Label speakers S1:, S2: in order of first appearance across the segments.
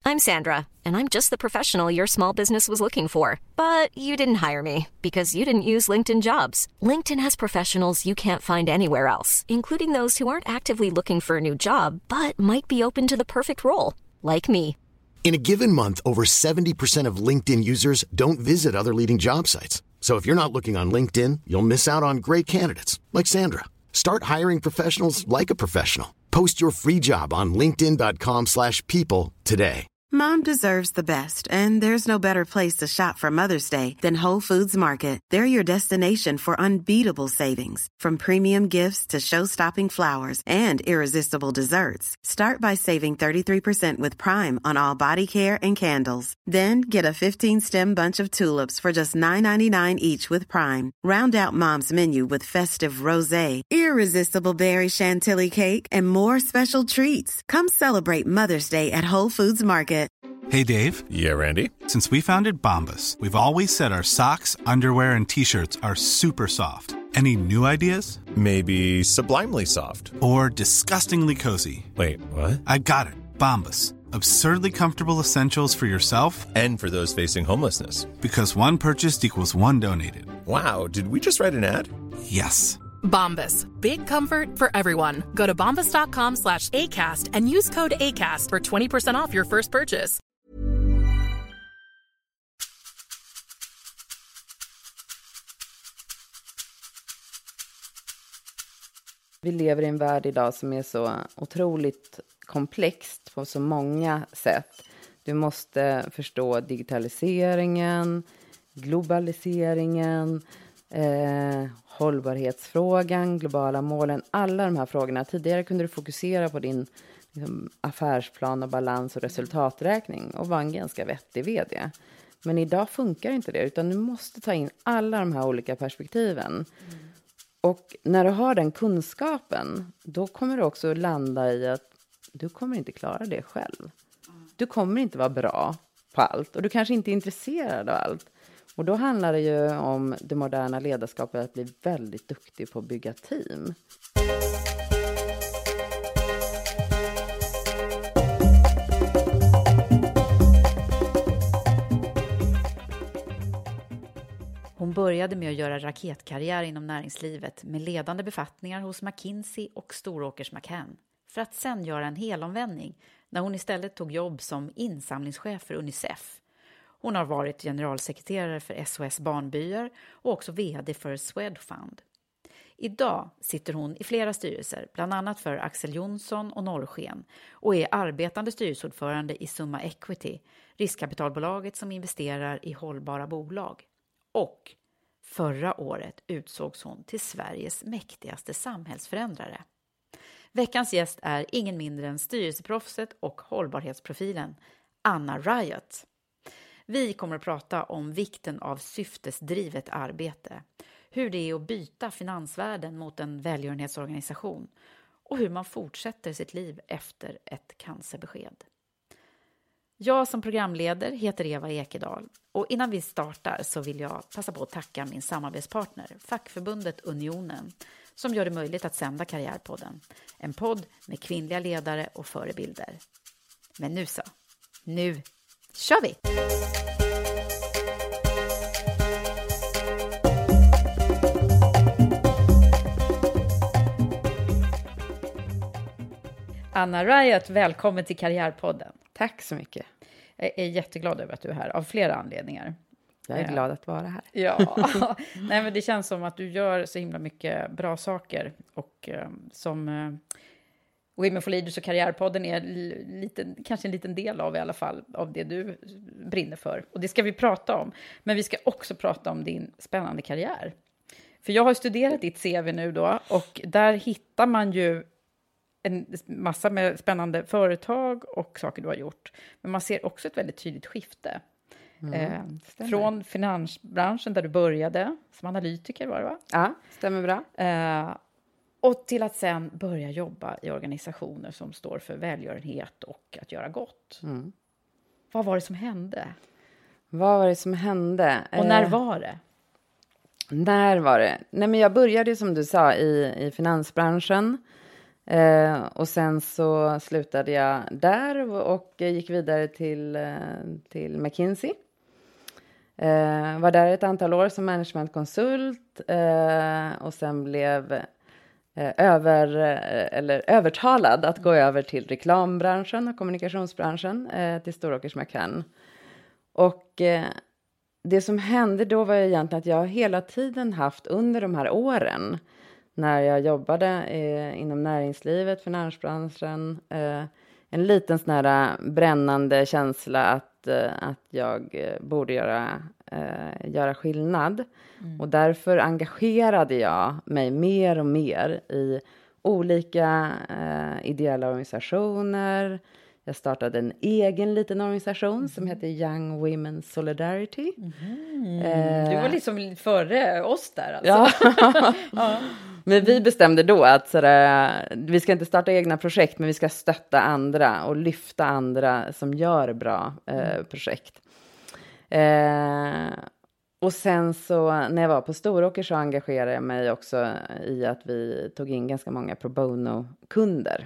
S1: I'm Sandra, and I'm just the professional your small business was looking for. But you didn't hire me because you didn't use LinkedIn Jobs. LinkedIn has professionals you can't find anywhere else, including those who aren't actively looking for a new job, but might be open to the perfect role, like me.
S2: In a given month, over 70% of LinkedIn users don't visit other leading job sites. So if you're not looking on LinkedIn, you'll miss out on great candidates like Sandra. Start hiring professionals like a professional. Post your free job on linkedin.com/people today.
S3: Mom deserves the best, and there's no better place to shop for Mother's Day than Whole Foods Market. They're your destination for unbeatable savings, from premium gifts to show-stopping flowers and irresistible desserts. Start by saving 33% with Prime on all body care and candles. Then get a 15-stem bunch of tulips for just $9.99 each with Prime. Round out Mom's menu with festive rosé, irresistible berry chantilly cake, and more special treats. Come celebrate Mother's Day at Whole Foods Market.
S4: Hey, Dave.
S5: Yeah, Randy.
S4: Since we founded Bombas, we've always said our socks, underwear, and T-shirts are super soft. Any new ideas?
S5: Maybe sublimely soft.
S4: Or disgustingly cozy.
S5: Wait, what?
S4: I got it. Bombas. Absurdly comfortable essentials for yourself
S5: and for those facing homelessness.
S4: Because one purchased equals one donated.
S5: Wow, did we just write an ad?
S4: Yes.
S6: Bombas. Big comfort for everyone. Go to bombas.com/ACAST and use code ACAST for 20% off your first purchase.
S7: Vi lever i en värld idag som är så otroligt komplext på så många sätt. Du måste förstå digitaliseringen, globaliseringen, hållbarhetsfrågan, globala målen, alla de här frågorna. Tidigare kunde du fokusera på din affärsplan och balans och resultaträkning och vara en ganska vettig vd. Men idag funkar inte det, utan du måste ta in alla de här olika perspektiven. Och när du har den kunskapen, då kommer du också landa i att du kommer inte klara det själv. Du kommer inte vara bra på allt och du kanske inte är intresserad av allt. Och då handlar det ju om det moderna ledarskapet att bli väldigt duktig på att bygga team.
S8: Hon började med att göra raketkarriär inom näringslivet med ledande befattningar hos McKinsey och Storåkers McCann. För att sen göra en helomvändning när hon istället tog jobb som insamlingschef för UNICEF. Hon har varit generalsekreterare för SOS Barnbyar och också vd för Swedfund. Idag sitter hon i flera styrelser, bland annat för Axel Jonsson och Norrsken, och är arbetande styrelseordförande i Summa Equity, riskkapitalbolaget som investerar i hållbara bolag. Och förra året utsågs hon till Sveriges mäktigaste samhällsförändrare. Veckans gäst är ingen mindre än styrelseproffset och hållbarhetsprofilen Anna Riot. Vi kommer att prata om vikten av syftesdrivet arbete, hur det är att byta finansvärlden mot en välgörenhetsorganisation och hur man fortsätter sitt liv efter ett cancerbesked. Jag som programledare heter Eva Ekedal och innan vi startar så vill jag passa på att tacka min samarbetspartner, fackförbundet Unionen, som gör det möjligt att sända Karriärpodden. En podd med kvinnliga ledare och förebilder. Men nu så, nu kör vi! Anna Riot, välkommen till Karriärpodden.
S7: Tack så mycket.
S8: Jag är jätteglad över att du är här av flera anledningar.
S7: Jag är glad att vara här.
S8: Ja, nej, men det känns som att du gör så himla mycket bra saker. Och som Women for Leaders och Karriärpodden är kanske en liten del av i alla fall av det du brinner för. Och det ska vi prata om. Men vi ska också prata om din spännande karriär. För jag har studerat ditt CV nu då och där hittar man ju en massa med spännande företag och saker du har gjort. Men man ser också ett väldigt tydligt skifte. Från finansbranschen där du började som analytiker var det va?
S7: Ja, stämmer bra.
S8: Och till att sen börja jobba i organisationer som står för välgörenhet och att göra gott. Mm. Vad var det som hände?
S7: Vad var det som hände?
S8: Och när var det?
S7: När var det? Nej, men jag började som du sa i finansbranschen. Och sen så slutade jag där och gick vidare till McKinsey. Var där ett antal år som managementkonsult och sen blev övertalad att gå över till reklambranschen och kommunikationsbranschen till Storåkers McCann. Och det som hände då var egentligen att jag hela tiden haft under de här åren när jag jobbade inom näringslivet, finansbranschen, en liten sån här brännande känsla att jag borde göra skillnad. Och därför engagerade jag mig mer och mer i olika ideella organisationer. Jag startade en egen liten organisation som heter Young Women Solidarity.
S8: Du var liksom före oss där alltså.
S7: Ja. Men vi bestämde då att vi ska inte starta egna projekt, men vi ska stötta andra och lyfta andra som gör bra projekt. Och sen så när jag var på Storåker så engagerade jag mig också i att vi tog in ganska många pro bono-kunder.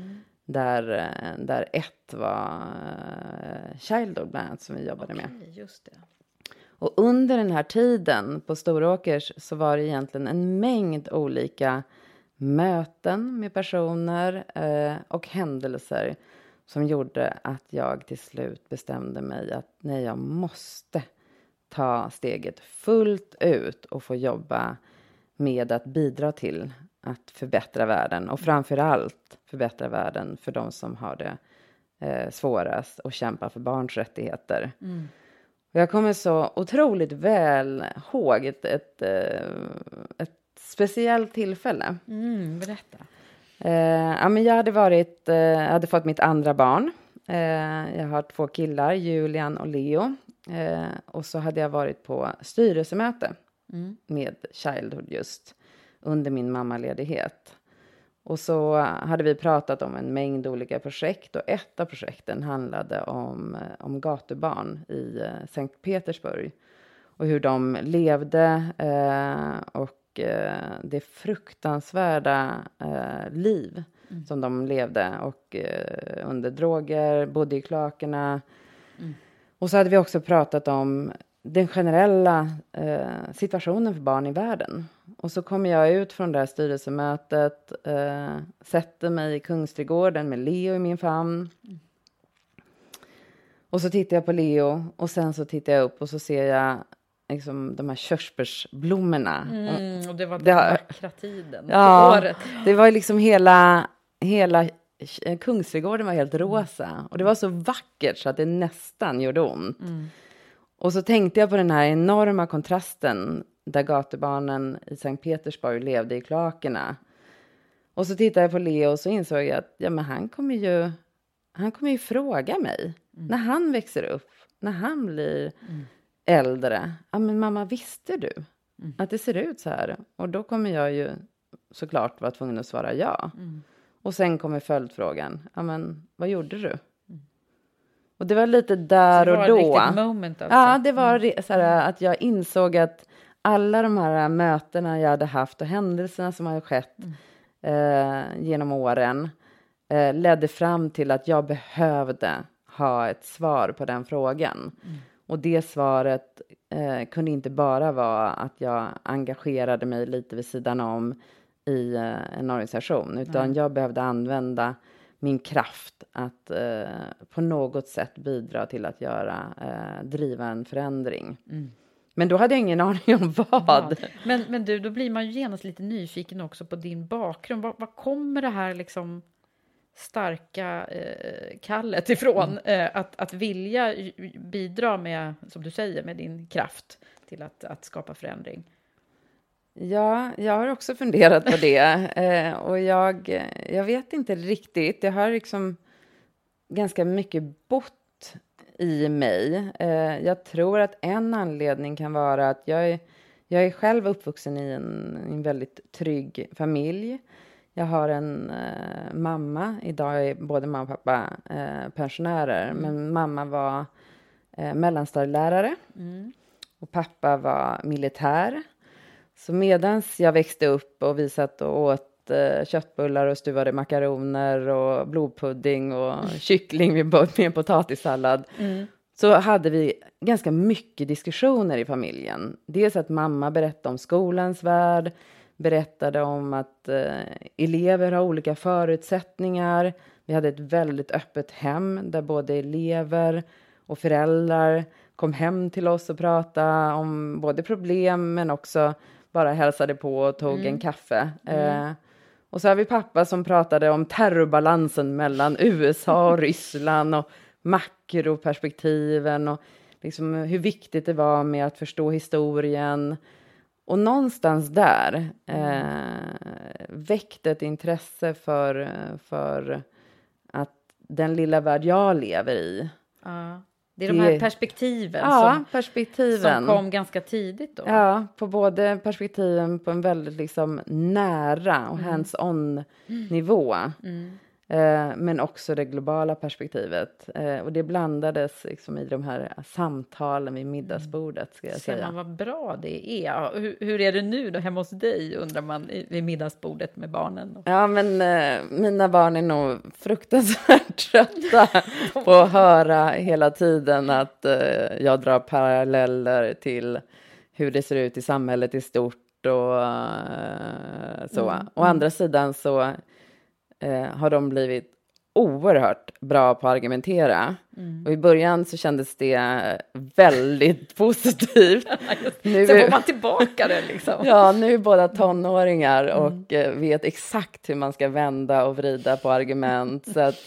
S7: Där ett var Childhood bland annat som vi jobbade med.
S8: Just det.
S7: Och under den här tiden på Storåkers så var det egentligen en mängd olika möten med personer och händelser som gjorde att jag till slut bestämde mig att nej, jag måste ta steget fullt ut och få jobba med att bidra till att förbättra världen. Och framförallt förbättra världen för de som har det svårast och kämpar för barns rättigheter. Och jag kommer så otroligt väl ihåg ett speciellt tillfälle.
S8: Berätta.
S7: Men jag hade fått mitt andra barn. Jag har 2 killar, Julian och Leo. Och så hade jag varit på styrelsemöte med Childhood just under min mammaledighet. Och så hade vi pratat om en mängd olika projekt. Och ett av projekten handlade om gatubarn i Sankt Petersburg. Och hur de levde och det fruktansvärda liv som de levde. Och under droger, bodde i klakerna. Och så hade vi också pratat om den generella situationen för barn i världen. Och så kommer jag ut från det här styrelsemötet, sätter mig i Kungsträdgården med Leo i min famn. Och så tittar jag på Leo och sen så tittar jag upp och så ser jag liksom de här körsbärsblommorna.
S8: Och det var den vackra tiden på året.
S7: Det var liksom hela Kungsträdgården var helt rosa. Och det var så vackert så att det nästan gjorde ont. Och så tänkte jag på den här enorma kontrasten där gatubarnen i Sankt Petersburg levde i klakerna. Och så tittade jag på Leo och så insåg jag att men han kommer ju fråga mig när han växer upp, när han blir äldre. Ja, men mamma, visste du att det ser ut så här? Och då kommer jag ju såklart vara tvungen att svara ja. Och sen kommer följdfrågan. Ja, men vad gjorde du? Och det var lite där och då.
S8: Det var ett riktigt moment alltså.
S7: Ja, det var så här att jag insåg att alla de här mötena jag hade haft och händelserna som hade skett genom åren ledde fram till att jag behövde ha ett svar på den frågan. Och det svaret kunde inte bara vara att jag engagerade mig lite vid sidan om i en organisation. Utan jag behövde använda min kraft att på något sätt bidra till att driva en förändring. Men då hade jag ingen aning om vad.
S8: Ja. Men du, då blir man ju genast lite nyfiken också på din bakgrund. Vad kommer det här liksom starka kallet ifrån? Att vilja bidra med, som du säger, med din kraft till att skapa förändring.
S7: Ja, jag har också funderat på det. Och jag vet inte riktigt. Jag har liksom ganska mycket bott i mig. Jag tror att en anledning kan vara att jag är själv uppvuxen i en väldigt trygg familj. Jag har en mamma. Idag är både mamma och pappa pensionärer. Men mamma var mellanstadielärare. Och pappa var militär. Så medans jag växte upp och vi satt och åt åt köttbullar och stuvade makaroner och blodpudding och kyckling med potatissallad. Så hade vi ganska mycket diskussioner i familjen. Dels att mamma berättade om skolans värld, berättade om att elever har olika förutsättningar. Vi hade ett väldigt öppet hem där både elever och föräldrar kom hem till oss och pratade om både problem men också bara hälsade på och tog en kaffe. Och så har vi pappa som pratade om terrorbalansen mellan USA och Ryssland och makroperspektiven och liksom hur viktigt det var med att förstå historien. Och någonstans där väckte ett intresse för att den lilla värld jag lever i.
S8: Det är de här perspektiven, som kom ganska tidigt då.
S7: Ja, på både perspektiven på en väldigt liksom nära och hands-on nivå. Men också det globala perspektivet. Och det blandades liksom i de här samtalen vid middagsbordet, ska jag säga.
S8: Ser man vad bra det är. Hur är det nu då hemma hos dig, undrar man, vid middagsbordet med barnen?
S7: Ja, men mina barn är nog fruktansvärt trötta på att höra hela tiden att jag drar paralleller till hur det ser ut i samhället i stort och så. Å andra sidan så har de blivit oerhört bra på att argumentera. Och i början så kändes det väldigt positivt. Nu
S8: så får man tillbaka det liksom.
S7: Ja, nu är båda tonåringar och vet exakt hur man ska vända och vrida på argument. Så att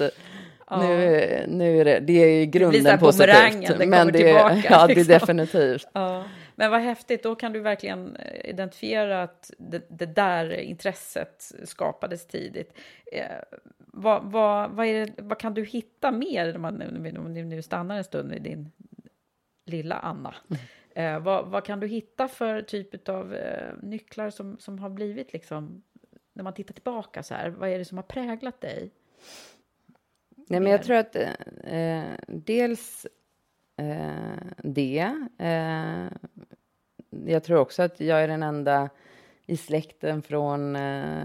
S7: nu är det är ju grunden positivt. Men det är definitivt.
S8: Ja. Men vad häftigt, då kan du verkligen identifiera att det där intresset skapades tidigt. Vad kan du hitta mer om du nu stannar en stund i din lilla Anna? Vad kan du hitta för typ av nycklar som har blivit liksom, när man tittar tillbaka så här, vad är det som har präglat dig?
S7: Nej, men jag tror att dels jag tror också att jag är den enda i släkten från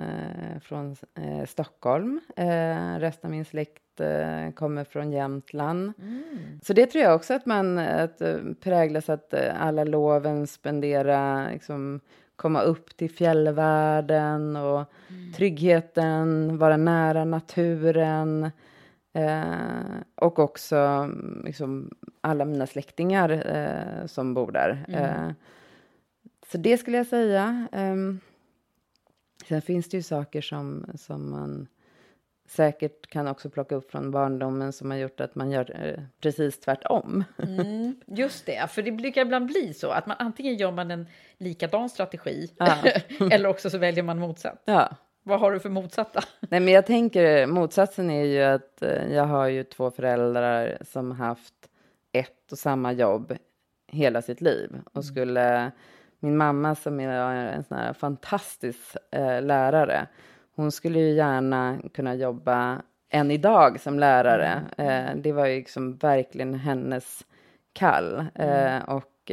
S7: Stockholm. Resten av min släkt kommer från Jämtland. Så det tror jag också att präglas att alla loven spendera, liksom, komma upp till fjällvärlden och tryggheten, vara nära naturen. Och också liksom, alla mina släktingar som bor där. Så det skulle jag säga. Sen finns det ju saker som man säkert kan också plocka upp från barndomen som har gjort att man gör precis tvärtom.
S8: Just det, för det brukar ibland bli så att man antingen gör man en likadan strategi eller också så väljer man motsatt.
S7: Ja.
S8: Vad har du för motsatta?
S7: Nej, men jag tänker, motsatsen är ju att jag har ju 2 föräldrar som haft ett och samma jobb hela sitt liv. Och skulle min mamma, som är en sån här fantastisk lärare, hon skulle ju gärna kunna jobba än idag som lärare. Det var ju liksom verkligen hennes kall. Och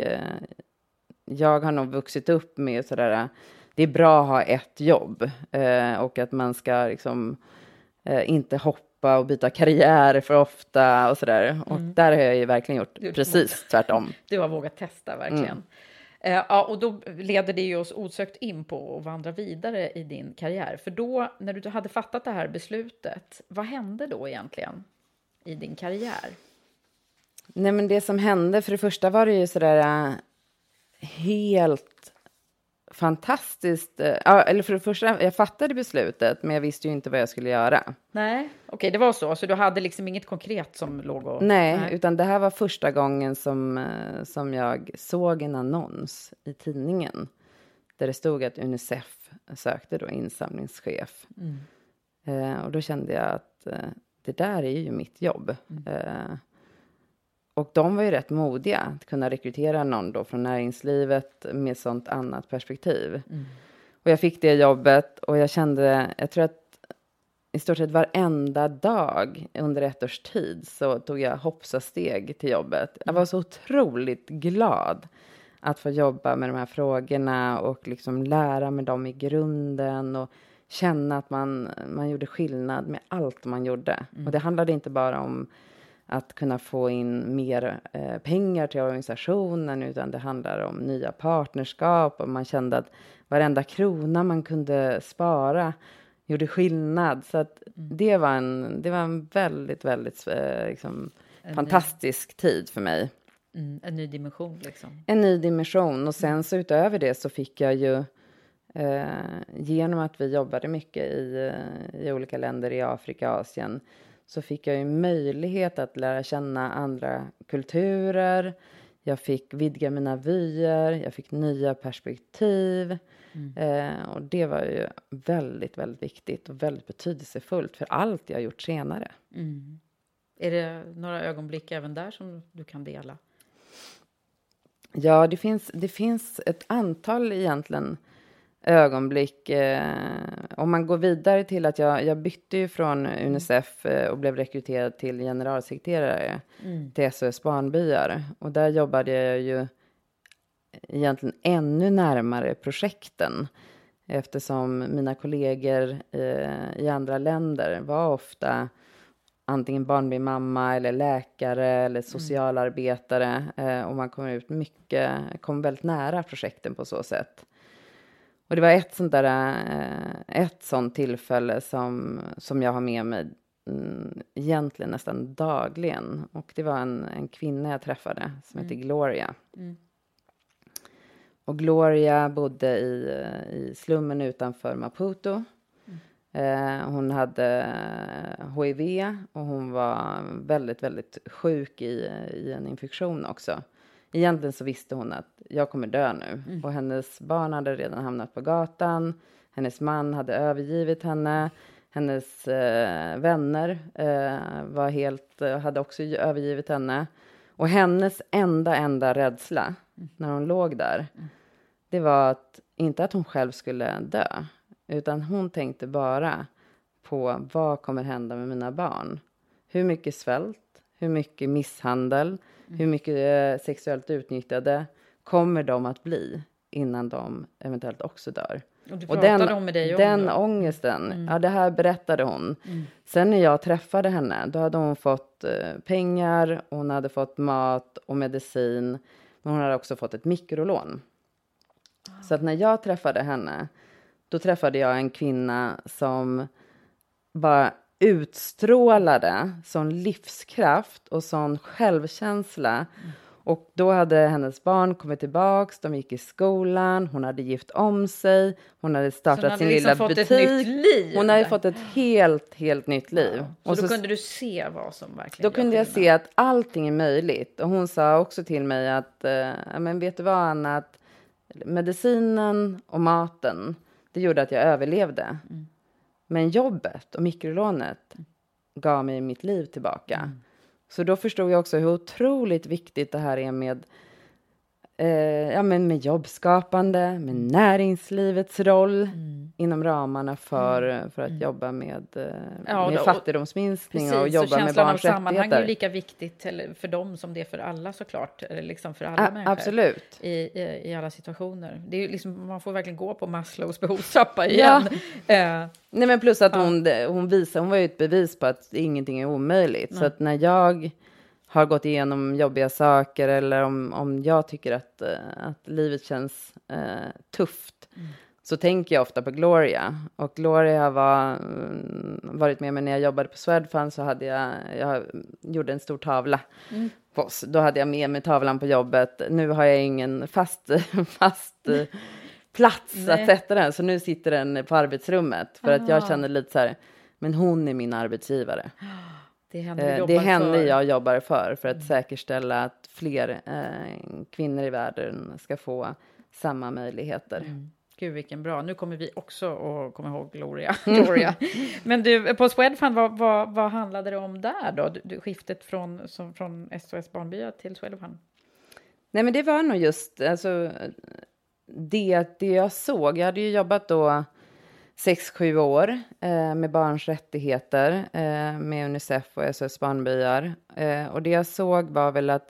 S7: jag har nog vuxit upp med sådär, det är bra att ha ett jobb och att man ska liksom inte hoppa och byta karriär för ofta och sådär. Och där har jag ju verkligen gjort precis tvärtom.
S8: Du har vågat testa verkligen. Ja, och då leder det ju oss osökt in på att vandra vidare i din karriär. För då, när du hade fattat det här beslutet, vad hände då egentligen i din karriär?
S7: Nej, men det som hände, för det första var det ju sådär helt fantastiskt. Eller för det första, jag fattade beslutet, men jag visste ju inte vad jag skulle göra.
S8: Nej, okej, det var så. Så du hade liksom inget konkret som låg och...
S7: Nej, utan det här var första gången som jag såg en annons i tidningen. Där det stod att UNICEF sökte då insamlingschef. Och då kände jag att det där är ju mitt jobb. Och de var ju rätt modiga att kunna rekrytera någon då från näringslivet med sånt annat perspektiv. Och jag fick det jobbet och jag tror att i stort sett varenda dag under 1 års tid så tog jag hoppsasteg till jobbet. Jag var så otroligt glad att få jobba med de här frågorna och liksom lära mig dem i grunden och känna att man gjorde skillnad med allt man gjorde. Och det handlade inte bara om att kunna få in mer pengar till organisationen, utan det handlar om nya partnerskap, och man kände att varenda krona man kunde spara gjorde skillnad. Så att det var en väldigt, väldigt liksom, fantastisk tid för mig.
S8: En ny dimension liksom.
S7: En ny dimension, och sen så utöver det så fick jag ju genom att vi jobbade mycket i olika länder i Afrika och Asien, så fick jag ju möjlighet att lära känna andra kulturer. Jag fick vidga mina vyer, jag fick nya perspektiv. Och det var ju väldigt, väldigt viktigt och väldigt betydelsefullt för allt jag gjort senare.
S8: Är det några ögonblick även där som du kan dela?
S7: Ja, det finns ett antal egentligen ögonblick. Om man går vidare till att jag bytte ju från UNICEF och blev rekryterad till generalsekreterare till SOS Barnbyar. Och där jobbade jag ju egentligen ännu närmare projekten. Eftersom mina kollegor i andra länder var ofta antingen barnbymamma eller läkare eller socialarbetare. Och man kom väldigt nära projekten på så sätt. Och det var ett sånt tillfälle som jag har med mig egentligen nästan dagligen. Och det var en kvinna jag träffade som heter Gloria. Och Gloria bodde i slummen utanför Maputo. Hon hade HIV och hon var väldigt, väldigt sjuk i en infektion också. Egentligen så visste hon att jag kommer dö nu. Och hennes barn hade redan hamnat på gatan. Hennes man hade övergivit henne. Hennes vänner hade också övergivit henne. Och hennes enda rädsla när hon låg där, det var inte att hon själv skulle dö. Utan hon tänkte bara på vad kommer hända med mina barn. Hur mycket svält, hur mycket misshandel, hur mycket sexuellt utnyttjade kommer de att bli innan de eventuellt också dör.
S8: Och du pratade om med dig om
S7: den ångesten, ja, det här berättade hon. Sen när jag träffade henne, då hade hon fått pengar, hon hade fått mat och medicin, men hon hade också fått ett mikrolån. Så att när jag träffade henne, då träffade jag en kvinna som bara utstrålade sån livskraft och sån självkänsla. Och då hade hennes barn kommit tillbaks, de gick i skolan, hon hade gift om sig, hon hade startat sin lilla butik.
S8: Ett nytt liv.
S7: Hon hade fått ett helt nytt liv.
S8: Ja. Så då kunde du se vad som verkligen
S7: Då kunde jag se att allting är möjligt. Och hon sa också till mig att, men vet du vad Anna, att medicinen och maten, det gjorde att jag överlevde. Men jobbet och mikrolånet gav mig mitt liv tillbaka. Så då förstod jag också hur otroligt viktigt det här är med jobbskapande, med näringslivets roll inom ramarna för att jobba med fattigdomsminskning och jobba med barns rättigheter. Så
S8: sammanhang är ju lika viktigt för dem som det är för alla såklart, liksom för alla människor.
S7: Absolut.
S8: I alla situationer. Det är ju liksom, man får verkligen gå på Maslows behovstrappa igen.
S7: Nej, men plus att hon var ju ett bevis på att ingenting är omöjligt. Så att när jag har gått igenom jobbiga saker eller om jag tycker att livet känns tufft, så tänker jag ofta på Gloria. Och Gloria har varit med mig när jag jobbade på Swedfund, så jag gjorde en stor tavla på oss. Då hade jag med mig tavlan på jobbet. Nu har jag ingen fast plats att sätta den, så nu sitter den på arbetsrummet. För att jag känner lite så här, men hon är min arbetsgivare. Det är henne jag jobbar för att säkerställa att fler kvinnor i världen ska få samma möjligheter.
S8: Gud, vilken bra. Nu kommer vi också att komma ihåg Gloria. Men du, på Swedfund, vad handlade det om där då? Du skiftet från SOS Barnbyar till Swedfund?
S7: Nej, men det var nog just det jag såg. Jag hade ju jobbat då 6-7 år med barns rättigheter med UNICEF och SOS Barnbyar. Och det jag såg var väl att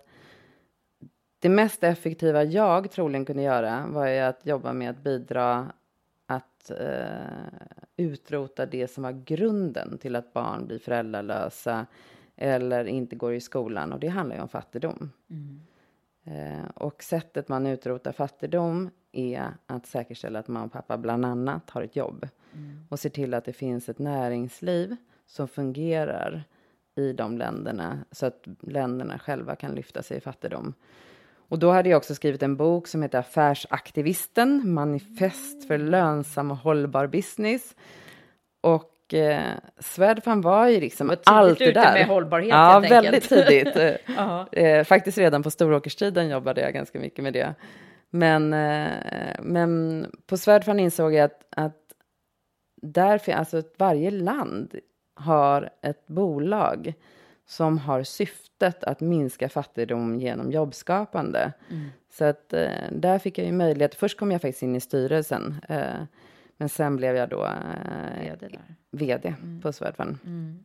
S7: det mest effektiva jag troligen kunde göra var ju att jobba med att bidra att utrota det som var grunden till att barn blir föräldralösa eller inte går i skolan. Och det handlar ju om fattigdom. Och sättet man utrotar fattigdom är att säkerställa att mamma och pappa bland annat har ett jobb. Och ser till att det finns ett näringsliv som fungerar i de länderna. Så att länderna själva kan lyfta sig i fattigdom. Och då hade jag också skrivit en bok som heter Affärsaktivisten. Manifest för lönsam och hållbar business. Och Swedfund var ju liksom allt det där.
S8: Med hållbarhet,
S7: ja, väldigt tidigt. Faktiskt redan på Storåkerstiden jobbade jag ganska mycket med det. Men på Swedfund insåg jag att därför, alltså varje land har ett bolag som har syftet att minska fattigdom genom jobbskapande. Så att där fick jag ju möjlighet. Först kom jag faktiskt in i styrelsen. Men sen blev jag då vd på Swedfund.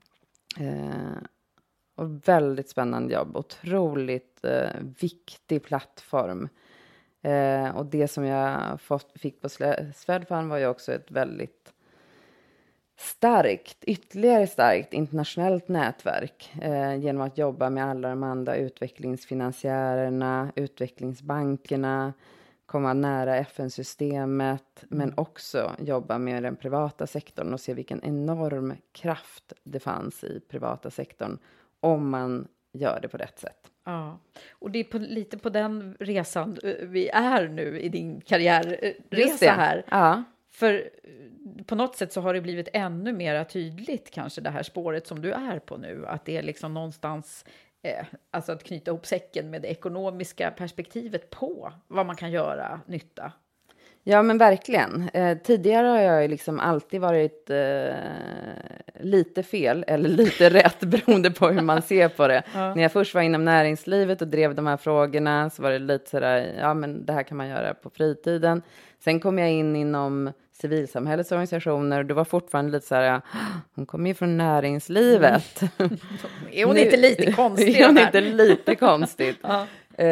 S7: Och väldigt spännande jobb. Otroligt viktig plattform. Och det som jag fick på Swedfund var ju också ett väldigt ytterligare starkt internationellt nätverk. Genom att jobba med alla de andra utvecklingsfinansiärerna, utvecklingsbankerna, komma nära FN-systemet, men också jobba med den privata sektorn och se vilken enorm kraft det fanns i privata sektorn om man gör det på rätt sätt.
S8: Ja, och det är lite på den resan vi är nu i din karriärresa här.
S7: Ja.
S8: För på något sätt så har det blivit ännu mer tydligt kanske det här spåret som du är på nu. Att det är liksom någonstans, alltså att knyta ihop säcken med det ekonomiska perspektivet på vad man kan göra nytta.
S7: Ja, men verkligen. Tidigare har jag liksom alltid varit lite fel eller lite rätt beroende på hur man ser på det. Ja. När jag först var inom näringslivet och drev de här frågorna så var det lite sådär, ja men det här kan man göra på fritiden. Sen kom jag in inom civilsamhällets organisationer och det var fortfarande lite såhär, hon kommer ju från näringslivet.
S8: Är hon inte lite konstig?
S7: Är hon inte lite konstigt? Ja.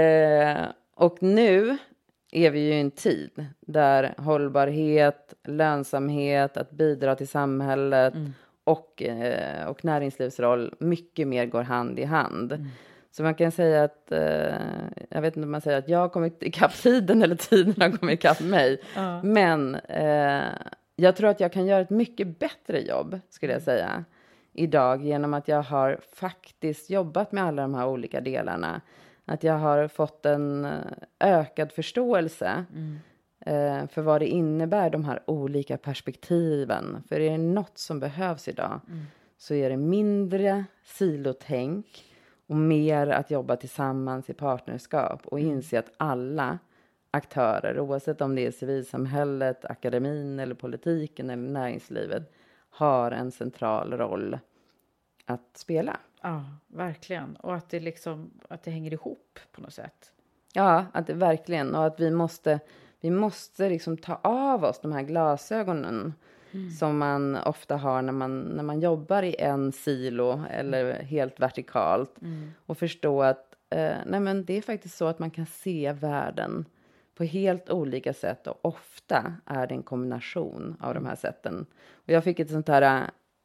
S7: Och nu är vi ju i en tid där hållbarhet, lönsamhet, att bidra till samhället och näringslivsroll mycket mer går hand i hand. Så man kan säga att, jag vet inte om man säger att jag har kommit ikapp tiden eller tiden har kommit ikapp mig. Men jag tror att jag kan göra ett mycket bättre jobb, skulle jag säga, idag genom att jag har faktiskt jobbat med alla de här olika delarna. Att jag har fått en ökad förståelse för vad det innebär, de här olika perspektiven. För är det något som behövs idag så är det mindre silotänk och mer att jobba tillsammans i partnerskap och inse att alla aktörer, oavsett om det är civilsamhället, akademin eller politiken eller näringslivet, har en central roll att spela.
S8: Ja, verkligen. Och att det liksom, att det hänger ihop på något sätt.
S7: Ja, att det verkligen. Och att vi måste liksom ta av oss de här glasögonen som man ofta har när man jobbar i en silo eller helt vertikalt. Och förstå att nej men det är faktiskt så att man kan se världen på helt olika sätt. Och ofta är det en kombination av de här sätten. Och jag fick ett sånt här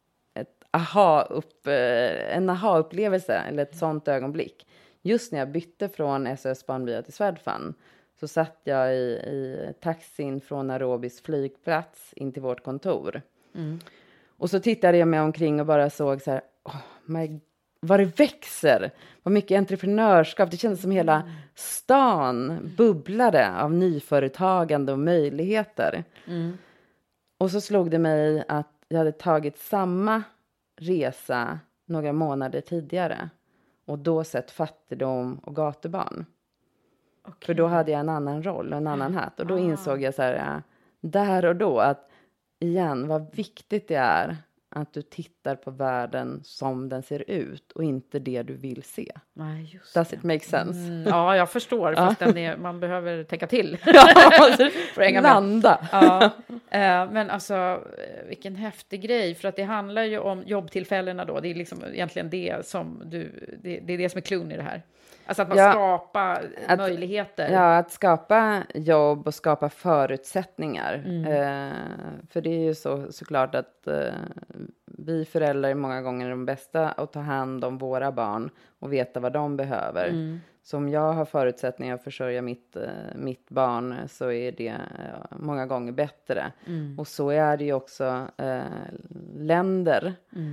S7: en aha-upplevelse eller ett sånt ögonblick. Just när jag bytte från SOS Barnbyar till Swedfund så satt jag i taxin från Nairobis flygplats in till vårt kontor. Och så tittade jag mig omkring och bara såg så här, vad det växer. Vad mycket entreprenörskap. Det kändes som hela stan bubblade av nyföretagande och möjligheter. Och så slog det mig att jag hade tagit samma resa några månader tidigare och då sett fattigdom och gatubarn. För då hade jag en annan roll och en annan hatt. Och då insåg jag så här, där och då att igen, vad viktigt det är att du tittar på världen som den ser ut och inte det du vill se.
S8: Nej, just
S7: Does it make sense?
S8: Ja, jag förstår. Fast man behöver tänka till.
S7: För att landa.
S8: Ja. Men alltså, vilken häftig grej. För att det handlar ju om jobbtillfällena då. Det är liksom egentligen det som det är det som är klun i det här. Alltså att man skapar möjligheter.
S7: Ja, att skapa jobb och skapa förutsättningar. För det är ju såklart att vi föräldrar är många gånger de bästa att ta hand om våra barn och veta vad de behöver. Så om jag har förutsättningar att försörja mitt barn så är det många gånger bättre. Och så är det ju också länder.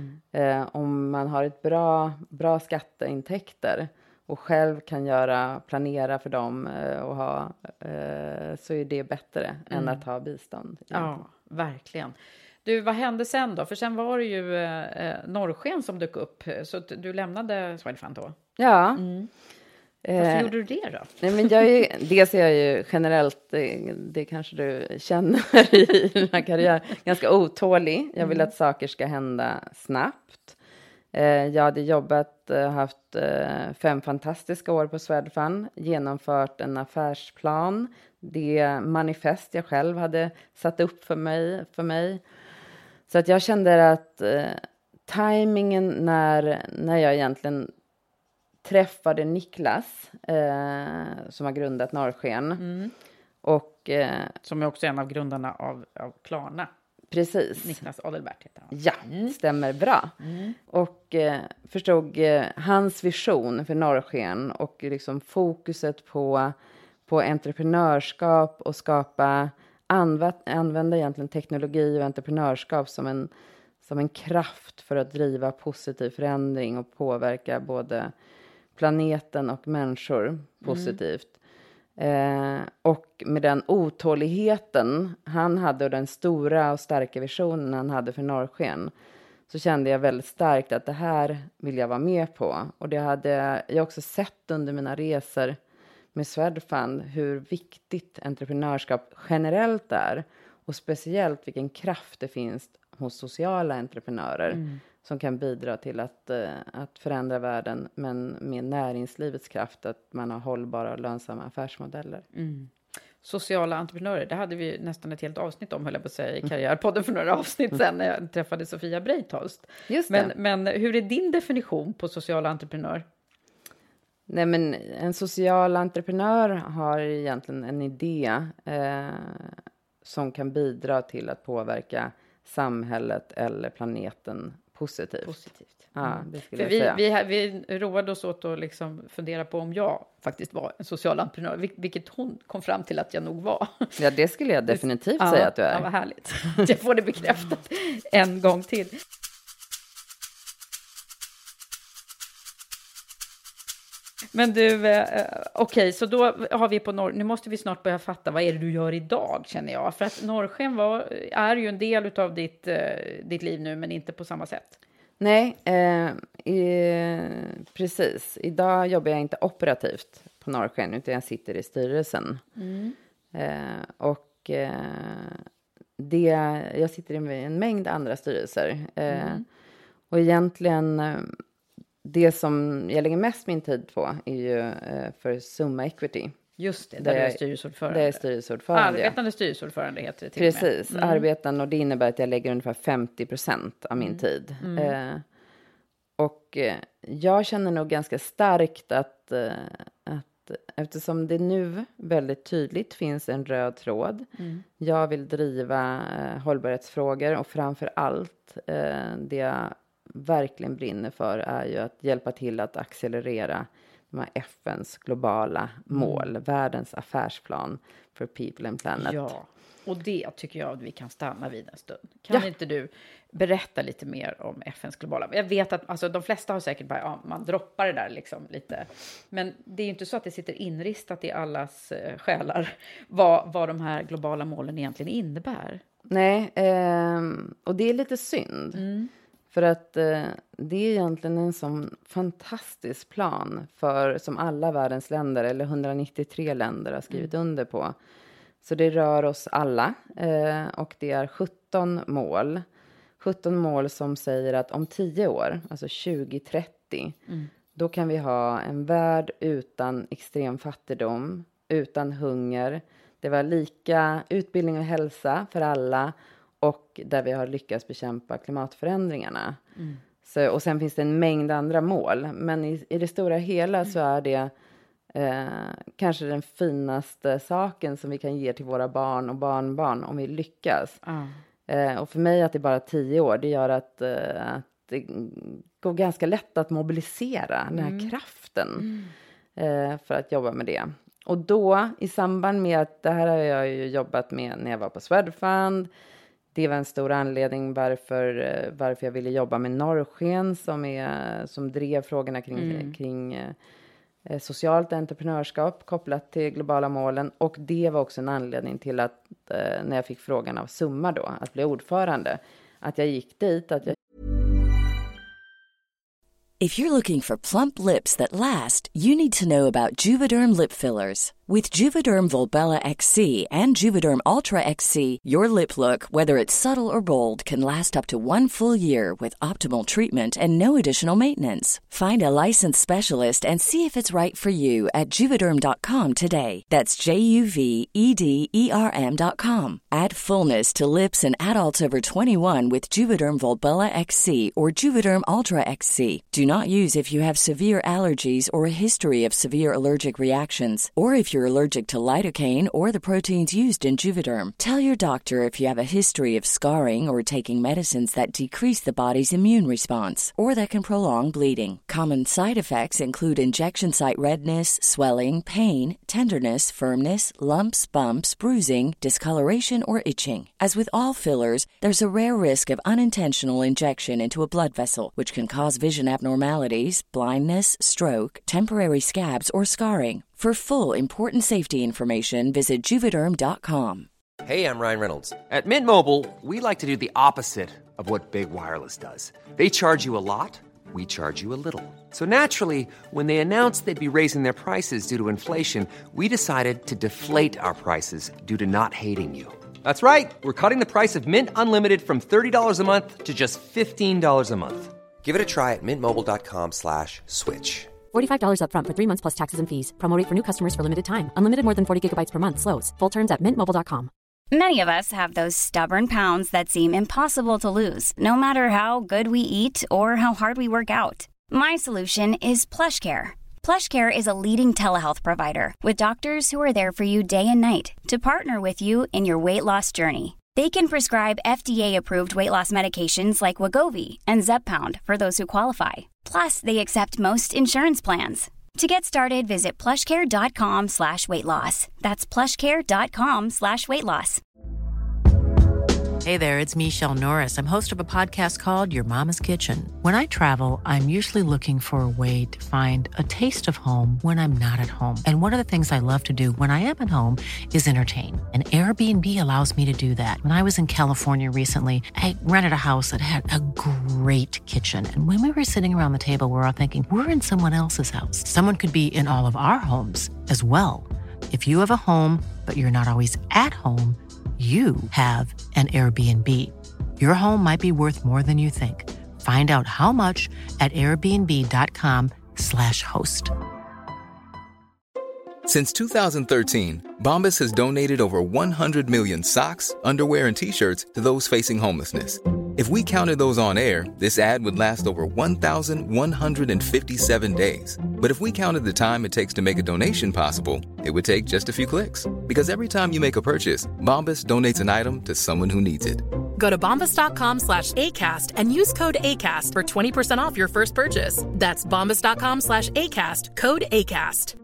S7: Om man har ett bra skatteintäkter och själv kan planera för dem och så är det bättre än att ha bistånd.
S8: Ja, verkligen. Du, vad hände sen då? För sen var det ju Norrsken som dök upp. Så du lämnade Swedfund då?
S7: Ja.
S8: Varför gjorde du det då?
S7: Nej, men dels är jag ju generellt, det kanske du känner i den här karriären, ganska otålig. Jag vill att saker ska hända snabbt. Jag hade haft 5 fantastiska år på Swedfund, genomfört en affärsplan, det manifest jag själv hade satt upp för mig. Så att jag kände att tajmingen när jag egentligen träffade Niklas som har grundat Norrsken. Och,
S8: som är också en av grundarna av Klarna.
S7: Precis.
S8: Niklas Adelbert heter han.
S7: Ja, stämmer bra. Och förstod hans vision för Norrsken och liksom fokuset på entreprenörskap och använda egentligen teknologi och entreprenörskap som en kraft för att driva positiv förändring och påverka både planeten och människor positivt. Och med den otåligheten han hade och den stora och starka visionen han hade för Norrsken, så kände jag väldigt starkt att det här vill jag vara med på. Och det hade jag också sett under mina resor med Swedfund, hur viktigt entreprenörskap generellt är. Och speciellt vilken kraft det finns hos sociala entreprenörer som kan bidra till att förändra världen, men med näringslivets kraft, att man har hållbara och lönsamma affärsmodeller.
S8: Sociala entreprenörer, det hade vi nästan ett helt avsnitt om, höll jag på att säga, i Karriärpodden för några avsnitt sedan när jag träffade Sofia Breitholtz.
S7: Just det.
S8: Men hur är din definition på social entreprenör?
S7: Nej, men en social entreprenör har egentligen en idé som kan bidra till att påverka samhället eller planeten positivt. Ja, det skulle jag säga.
S8: Vi roade oss åt att liksom fundera på om jag faktiskt var en social entreprenör, vilket hon kom fram till att jag nog var.
S7: Ja, det skulle jag definitivt säga att du är.
S8: Ja, vad härligt. Jag får det bekräftat en gång till. Men du, okej, så då har vi nu måste vi snart börja fatta, vad är det du gör idag, känner jag. För att Norrsken är ju en del av ditt liv nu, men inte på samma sätt.
S7: Nej, precis. Idag jobbar jag inte operativt på Norrsken, utan jag sitter i styrelsen. Jag sitter i en mängd andra styrelser. Och egentligen det som jag lägger mest min tid på är ju för Summa Equity.
S8: Just det, där är styrelseordförande.
S7: Det är styrelseordförande.
S8: Arbetande styrelseordförande heter det till
S7: Precis, och med. Arbetande, och det innebär att jag lägger ungefär 50% av min tid. Och jag känner nog ganska starkt att eftersom det nu väldigt tydligt finns en röd tråd. Jag vill driva hållbarhetsfrågor, och framför allt det jag verkligen brinner för är ju att hjälpa till att accelerera de här FNs globala mål, världens affärsplan för People and Planet.
S8: Ja, och det tycker jag att vi kan stanna vid en stund. Kan inte du berätta lite mer om FNs globala? Jag vet att alltså, de flesta har säkert bara, man droppar det där liksom lite. Men det är ju inte så att det sitter inristat i allas själar vad de här globala målen egentligen innebär.
S7: Nej, och det är lite synd. För att det är egentligen en sån fantastisk plan som alla världens länder, eller 193 länder, har skrivit under på. Så det rör oss alla, och det är 17 mål. 17 mål som säger att om 10 år, alltså 2030, Då kan vi ha en värld utan extrem fattigdom, utan hunger. Det var lika utbildning och hälsa för alla och där vi har lyckats bekämpa klimatförändringarna. Så, och sen finns det en mängd andra mål. Men i det stora hela så är det kanske den finaste saken som vi kan ge till våra barn och barnbarn om vi lyckas. Och för mig att det är bara 10 år, det gör att det går ganska lätt att mobilisera den här kraften för att jobba med det. Och då i samband med att det här har jag ju jobbat med när jag var på Swedfund. Det var en stor anledning varför jag ville jobba med Norrsken som drev frågorna kring socialt entreprenörskap kopplat till globala målen. Och det var också en anledning till att när jag fick frågan av Summa då, att bli ordförande, att jag gick dit.
S9: If you're looking for plump lips that last, you need to know about Juvederm lip fillers. With Juvederm Volbella XC and Juvederm Ultra XC, your lip look, whether it's subtle or bold, can last up to 1 full year with optimal treatment and no additional maintenance. Find a licensed specialist and see if it's right for you at Juvederm.com today. That's JUVEDERM.com. Add fullness to lips in adults over 21 with Juvederm Volbella XC or Juvederm Ultra XC. Do not use if you have severe allergies or a history of severe allergic reactions, or if you're allergic to lidocaine or the proteins used in Juvederm. Tell your doctor if you have a history of scarring or taking medicines that decrease the body's immune response or that can prolong bleeding. Common side effects include injection site redness, swelling, pain, tenderness, firmness, lumps, bumps, bruising, discoloration, or itching. As with all fillers, there's a rare risk of unintentional injection into a blood vessel, which can cause vision abnormalities, blindness, stroke, temporary scabs, or scarring. For full, important safety information, visit Juvederm.com.
S10: Hey, I'm Ryan Reynolds. At Mint Mobile, we like to do the opposite of what Big Wireless does. They charge you a lot, we charge you a little. So naturally, when they announced they'd be raising their prices due to inflation, we decided to deflate our prices due to not hating you. That's right. We're cutting the price of Mint Unlimited from $30 a month to just $15 a month. Give it a try at mintmobile.com/switch.
S11: $45 up front for 3 months plus taxes and fees. Promo rate for new customers for limited time. Unlimited more than 40 gigabytes per month. Slows full terms at mintmobile.com.
S12: Many of us have those stubborn pounds that seem impossible to lose, no matter how good we eat or how hard we work out. My solution is PlushCare. PlushCare is a leading telehealth provider with doctors who are there for you day and night to partner with you in your weight loss journey. They can prescribe FDA-approved weight loss medications like Wegovy and Zepbound for those who qualify. Plus, they accept most insurance plans. To get started, visit plushcare.com/weightloss. That's plushcare.com/weightloss.
S13: Hey there, it's Michelle Norris. I'm host of a podcast called Your Mama's Kitchen. When I travel, I'm usually looking for a way to find a taste of home when I'm not at home. And one of the things I love to do when I am at home is entertain. And Airbnb allows me to do that. When I was in California recently, I rented a house that had a great kitchen. And when we were sitting around the table, we were all thinking, we're in someone else's house. Someone could be in all of our homes as well. If you have a home, but you're not always at home, you have an Airbnb. Your home might be worth more than you think. Find out how much at airbnb.com/host.
S14: Since 2013, Bombas has donated over 100 million socks, underwear, and T-shirts to those facing homelessness. If we counted those on air, this ad would last over 1,157 days. But if we counted the time it takes to make a donation possible, it would take just a few clicks. Because every time you make a purchase, Bombas donates an item to someone who needs it.
S6: Go to bombas.com/ACAST and use code ACAST for 20% off your first purchase. That's bombas.com/ACAST, code ACAST.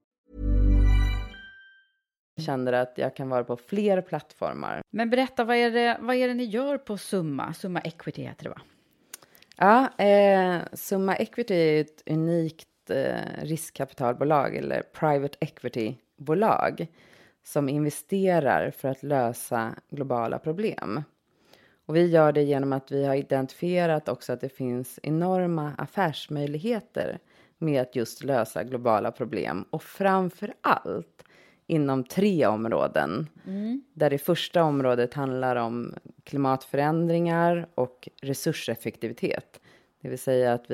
S7: Jag känner att jag kan vara på fler plattformar.
S8: Men berätta, vad är det ni gör på Summa? Summa Equity heter det, va?
S7: Ja, Summa Equity är ett unikt riskkapitalbolag eller private equity-bolag som investerar för att lösa globala problem. Och vi gör det genom att vi har identifierat också att det finns enorma affärsmöjligheter med att just lösa globala problem. Och framför allt inom 3 områden. Där det första området handlar om klimatförändringar och resurseffektivitet. Det vill säga att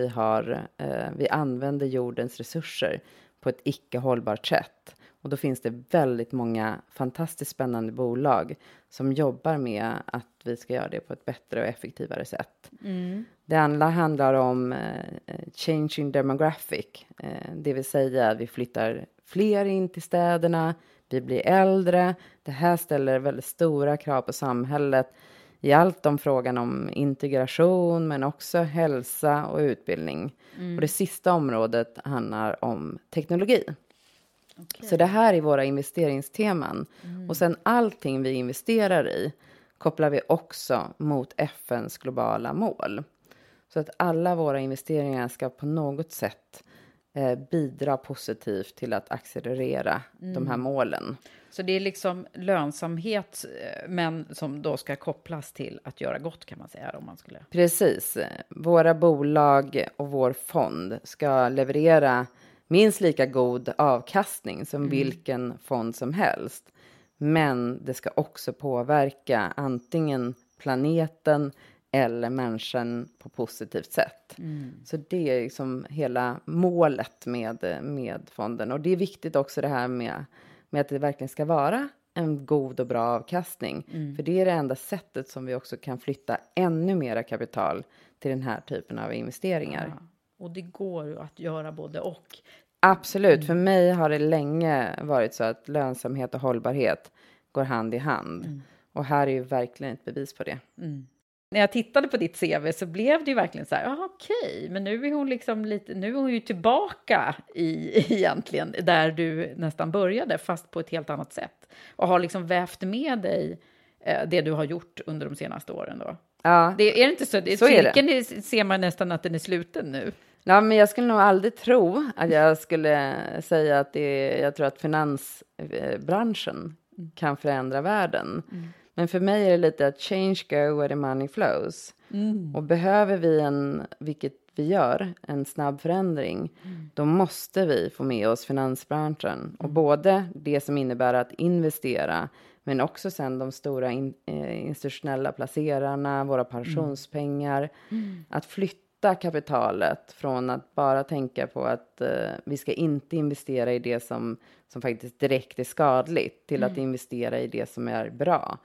S7: vi använder jordens resurser på ett icke hållbart sätt. Och då finns det väldigt många fantastiskt spännande bolag som jobbar med att vi ska göra det på ett bättre och effektivare sätt. Det andra handlar om changing demographic. Det vill säga att vi flyttar fler in till städerna, vi blir äldre. Det här ställer väldigt stora krav på samhället i allt om frågan om integration men också hälsa och utbildning. Och det sista området handlar om teknologi. Okay. Så det här är våra investeringsteman. Och sen allting vi investerar i kopplar vi också mot FNs globala mål. Så att alla våra investeringar ska på något sätt bidra positivt till att accelerera de här målen.
S8: Så det är liksom lönsamhet men som då ska kopplas till att göra gott kan man säga. Om man skulle...
S7: Precis. Våra bolag och vår fond ska leverera minst lika god avkastning som vilken fond som helst. Men det ska också påverka antingen planeten eller människan på positivt sätt. Så det är liksom hela målet med fonden. Och det är viktigt också det här med att det verkligen ska vara en god och bra avkastning. För det är det enda sättet som vi också kan flytta ännu mera kapital till den här typen av investeringar.
S8: Ja. Och det går ju att göra både och.
S7: Absolut. För mig har det länge varit så att lönsamhet och hållbarhet går hand i hand. Och här är ju verkligen ett bevis på det.
S8: När jag tittade på ditt CV så blev det ju verkligen så här, okej, men nu är hon liksom nu är hon ju tillbaka egentligen där du nästan började, fast på ett helt annat sätt. Och har liksom vävt med dig det du har gjort under de senaste åren då. Ja. Det är inte så, cirkeln ser man nästan att den är sluten nu.
S7: Ja, men jag skulle nog aldrig tro att jag skulle säga att jag tror att finansbranschen kan förändra världen. Men för mig är det lite att change go where the money flows. Och behöver vi vilket vi gör, en snabb förändring, då måste vi få med oss finansbranschen. Och både det som innebär att investera, men också sen de stora institutionella placerarna, våra pensionspengar, att flytta kapitalet från att bara tänka på att vi ska inte investera i det som faktiskt direkt är skadligt till att investera i det som är bra.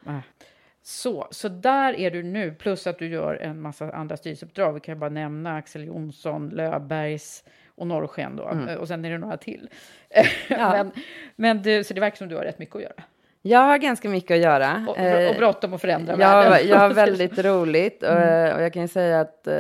S8: Så där är du nu, plus att du gör en massa andra styrelseuppdrag. Vi kan bara nämna Axel Jonsson, Löfbergs och Norrsken då. Och sen är det några till. Ja. men så det verkar som du har rätt mycket att göra.
S7: Jag har ganska mycket att göra.
S8: Och bråttom att förändra världen.
S7: Jag har väldigt roligt. Och jag kan säga att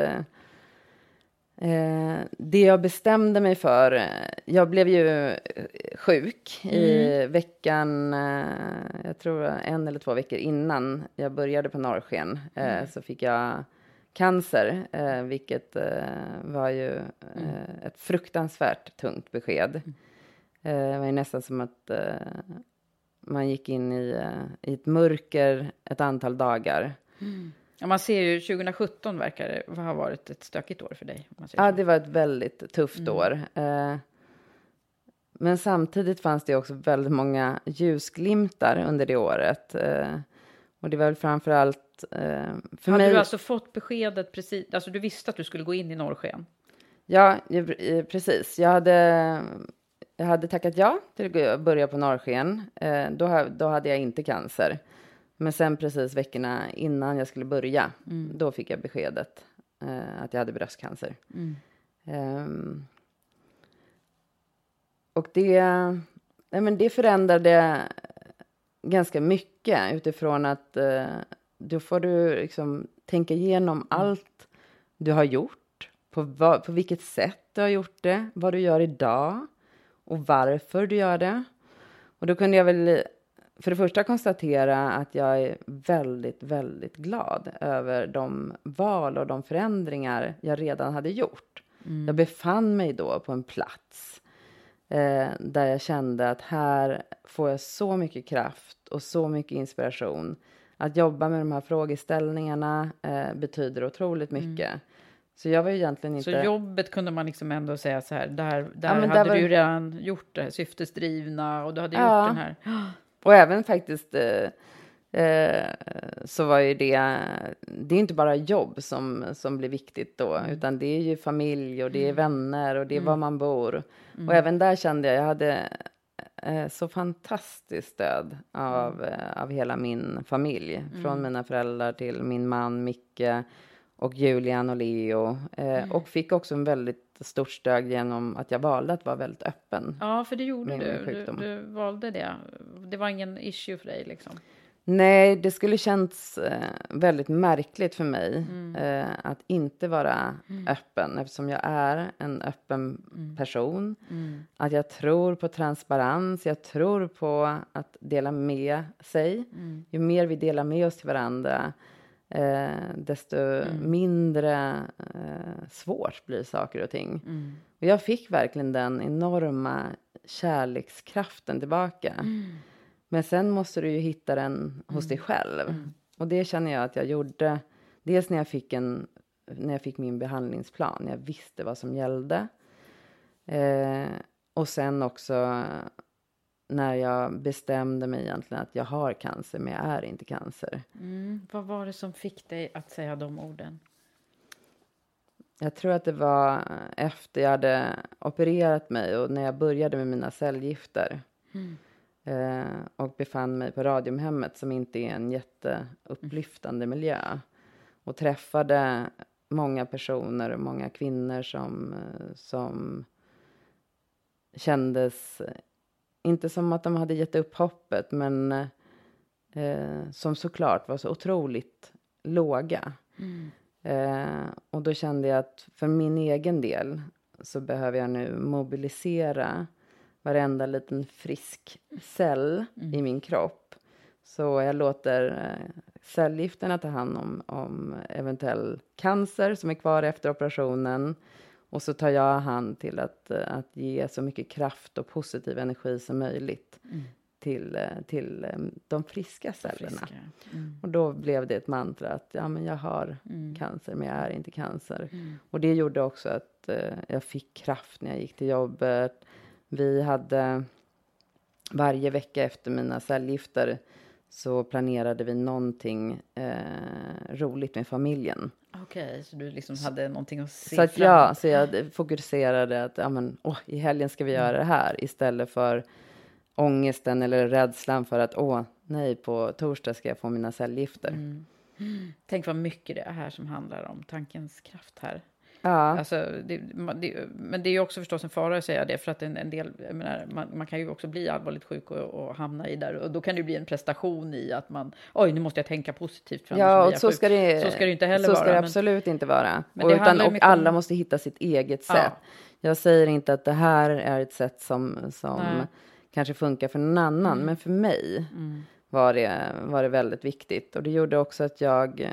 S7: det jag bestämde mig för, jag blev ju sjuk i veckan, jag tror 1 eller 2 veckor innan jag började på Norrsken, så fick jag cancer, vilket var ju ett fruktansvärt tungt besked. Det var ju nästan som att man gick in i ett mörker ett antal dagar.
S8: Ja, man ser ju 2017 verkar det ha varit ett stökigt år för dig.
S7: Ja, det var ett väldigt tufft år. Men samtidigt fanns det också väldigt många ljusglimtar under det året. Och det var väl framförallt för mig...
S8: Hade du alltså fått beskedet precis, alltså du visste att du skulle gå in i Norrsken?
S7: Ja, precis. Jag hade tackat ja till att börja på Norrsken. Då hade jag inte cancer. Men sen precis veckorna innan jag skulle börja, då fick jag beskedet att jag hade bröstcancer. Och det förändrade ganska mycket utifrån att då får du liksom tänka igenom allt du har gjort, på vilket sätt du har gjort det, vad du gör idag och varför du gör det. Och då kunde jag väl för det första konstatera att jag är väldigt, väldigt glad över de val och de förändringar jag redan hade gjort. Jag befann mig då på en plats där jag kände att här får jag så mycket kraft och så mycket inspiration. Att jobba med de här frågeställningarna betyder otroligt mycket. Så jag var ju egentligen inte...
S8: Så jobbet kunde man liksom ändå säga så här, där hade du ju redan gjort det här syftesdrivna och du hade gjort den här...
S7: Och även faktiskt så var ju det är inte bara jobb som blir viktigt då, utan det är ju familj och det är vänner och det är var man bor. Och även där kände jag hade så fantastiskt stöd av hela min familj. Från mina föräldrar till min man Micke och Julian och Leo. Och fick också en väldigt stort stöd genom att jag valde att vara väldigt öppen.
S8: Ja, för det gjorde du valde det. Det var ingen issue för dig liksom.
S7: Nej, det skulle känts väldigt märkligt för mig att inte vara öppen. Eftersom jag är en öppen person. Att jag tror på transparens. Jag tror på att dela med sig. Ju mer vi delar med oss till varandra, desto mindre svårt blir saker och ting. Och jag fick verkligen den enorma kärlekskraften tillbaka. Men sen måste du ju hitta den hos dig själv. Och det känner jag att jag gjorde. Dels när jag fick min behandlingsplan. Jag visste vad som gällde. Och sen också när jag bestämde mig egentligen att jag har cancer, men jag är inte cancer.
S8: Vad var det som fick dig att säga de orden?
S7: Jag tror att det var efter jag hade opererat mig och när jag började med mina cellgifter. Och befann mig på Radiumhemmet som inte är en jätteupplyftande miljö. Och träffade många personer och många kvinnor som kändes, inte som att de hade gett upp hoppet, men som såklart var så otroligt låga. Och då kände jag att för min egen del så behöver jag nu mobilisera varenda liten frisk cell i min kropp. Så jag låter cellgifterna ta hand om eventuell cancer som är kvar efter operationen. Och så tar jag hand till att ge så mycket kraft och positiv energi som möjligt till de friska cellerna. Och då blev det ett mantra att men jag har cancer, men jag är inte cancer. Och det gjorde också att jag fick kraft när jag gick till jobbet. Vi hade varje vecka efter mina cellgifter så planerade vi någonting roligt med familjen.
S8: Okej, så du liksom hade någonting att se
S7: så att fram. Så jag fokuserade att i helgen ska vi göra det här. Istället för ångesten eller rädslan för att nej, på torsdag ska jag få mina cellgifter.
S8: Tänk vad mycket det är här som handlar om tankens kraft här.
S7: Ja.
S8: Alltså, men det är ju också förstås en fara att säga det, för att en del, jag menar, man kan ju också bli allvarligt sjuk och hamna i där, och då kan det bli en prestation i att man, nu måste jag tänka positivt.
S7: Ja, och så ska det
S8: inte heller vara.
S7: Så ska det absolut inte vara.
S8: Men
S7: och alla måste hitta sitt eget sätt. Jag säger inte att det här är ett sätt som kanske funkar för någon annan, men för mig var det väldigt viktigt. Och det gjorde också att jag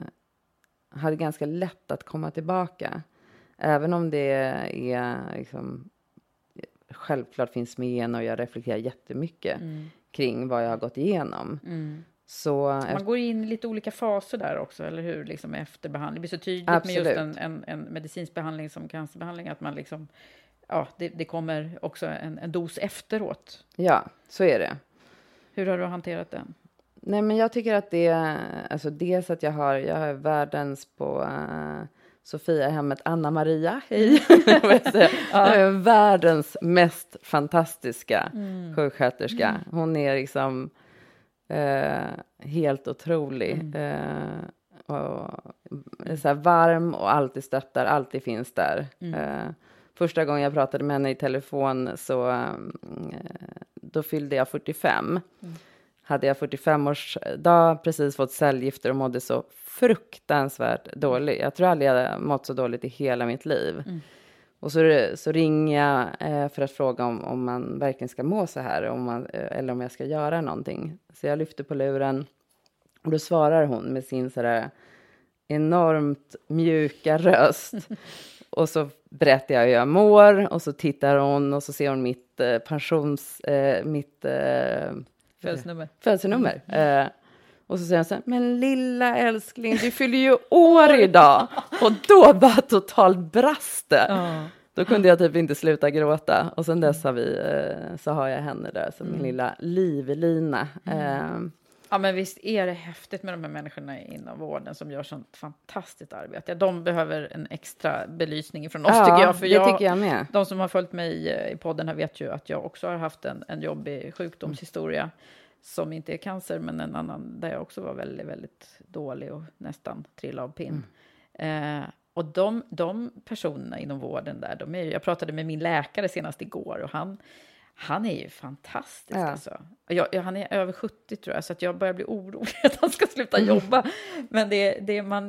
S7: hade ganska lätt att komma tillbaka. Även om det är liksom, självklart finns med igen och jag reflekterar jättemycket kring vad jag har gått igenom. Så
S8: man går in i lite olika faser där också, eller hur? Liksom efter behandling. Det blir så tydligt
S7: absolut.
S8: Med just en medicinsk behandling som cancerbehandling, att man liksom, det kommer också en dos efteråt.
S7: Ja, så är det.
S8: Hur har du hanterat den?
S7: Nej, men jag tycker att det, alltså dels att jag har världens på Sofiahemmet Anna Maria, hej. Jag är världens mest fantastiska sjuksköterska. Hon är liksom helt otrolig. Och så här varm och alltid stöttar, alltid finns där. Första gången jag pratade med henne i telefon så då fyllde jag 45. Hade jag 45-årsdag, precis fått cellgifter och mådde så fruktansvärt dåligt. Jag tror aldrig jag mått så dåligt i hela mitt liv. Och så ringer jag för att fråga om man verkligen ska må så här. Eller om jag ska göra någonting. Så jag lyfter på luren. Och då svarar hon med sin sådär enormt mjuka röst. Och så berättar jag hur jag mår. Och så tittar hon och så ser hon mitt födelsenummer. Och så säger han så här, men lilla älskling, du fyller ju år idag. Och då bara totalt brast det. Då kunde jag typ inte sluta gråta. Och sen dess så har jag henne där som min lilla livlina.
S8: Ja, men visst är det häftigt med de här människorna inom vården som gör sånt fantastiskt arbete. De behöver en extra belysning från oss, tycker jag. För
S7: det tycker jag med.
S8: De som har följt mig i podden här vet ju att jag också har haft en jobbig sjukdomshistoria som inte är cancer, men en annan där jag också var väldigt, väldigt dålig och nästan trillade av pinn. Och de personerna inom vården där, jag pratade med min läkare senast igår och han är ju fantastisk. Alltså. Han är över 70 tror jag, så att jag börjar bli orolig att han ska sluta jobba. Men det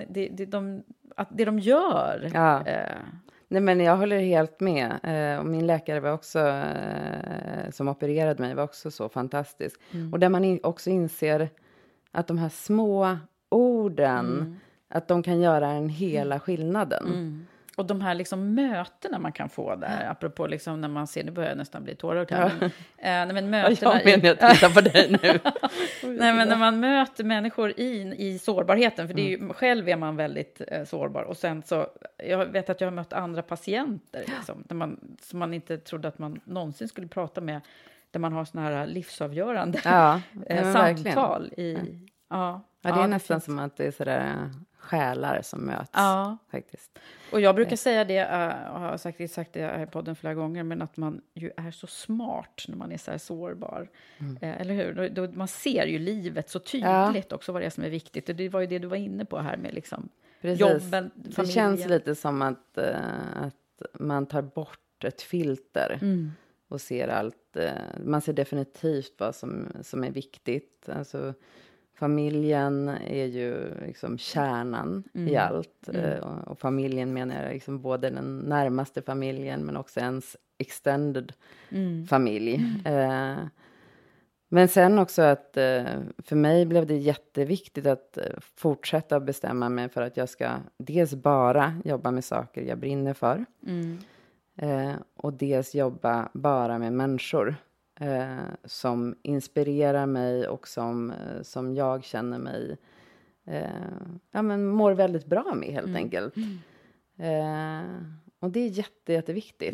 S8: de gör.
S7: Ja. Nej, men jag håller helt med. Och min läkare var också, som opererade mig, var också så fantastisk. Och där man också inser att de här små orden, att de kan göra en hela skillnaden.
S8: Och de här liksom mötena man kan få där, apropå liksom när man ser, det börjar nästan bli tårar här. Men mötena
S7: jag tittar på dig nu.
S8: Nej, men när man möter människor i sårbarheten, för det är ju, själv är man väldigt sårbar. Och sen så, jag vet att jag har mött andra patienter liksom, som man inte trodde att man någonsin skulle prata med, där man har såna här livsavgörande samtal i... Ja,
S7: det är nästan som att det är sådär själar som möts. Ja. Faktiskt.
S8: Och jag brukar säga det, och har sagt det här i podden flera gånger, men att man ju är så smart när man är så här sårbar. Eller hur? Då man ser ju livet så tydligt också, vad det är som är viktigt. Och det var ju det du var inne på här med liksom jobben, familjen.
S7: Det känns lite som att man tar bort ett filter och ser allt. Man ser definitivt vad som är viktigt. Alltså, familjen är ju liksom kärnan i allt. Och familjen menar jag liksom både den närmaste familjen men också ens extended familj. Men sen också att för mig blev det jätteviktigt att fortsätta bestämma mig för att jag ska dels bara jobba med saker jag brinner för. Och dels jobba bara med människor. Som inspirerar mig och som jag känner mig mår väldigt bra med helt enkelt. Och det är jätteviktigt.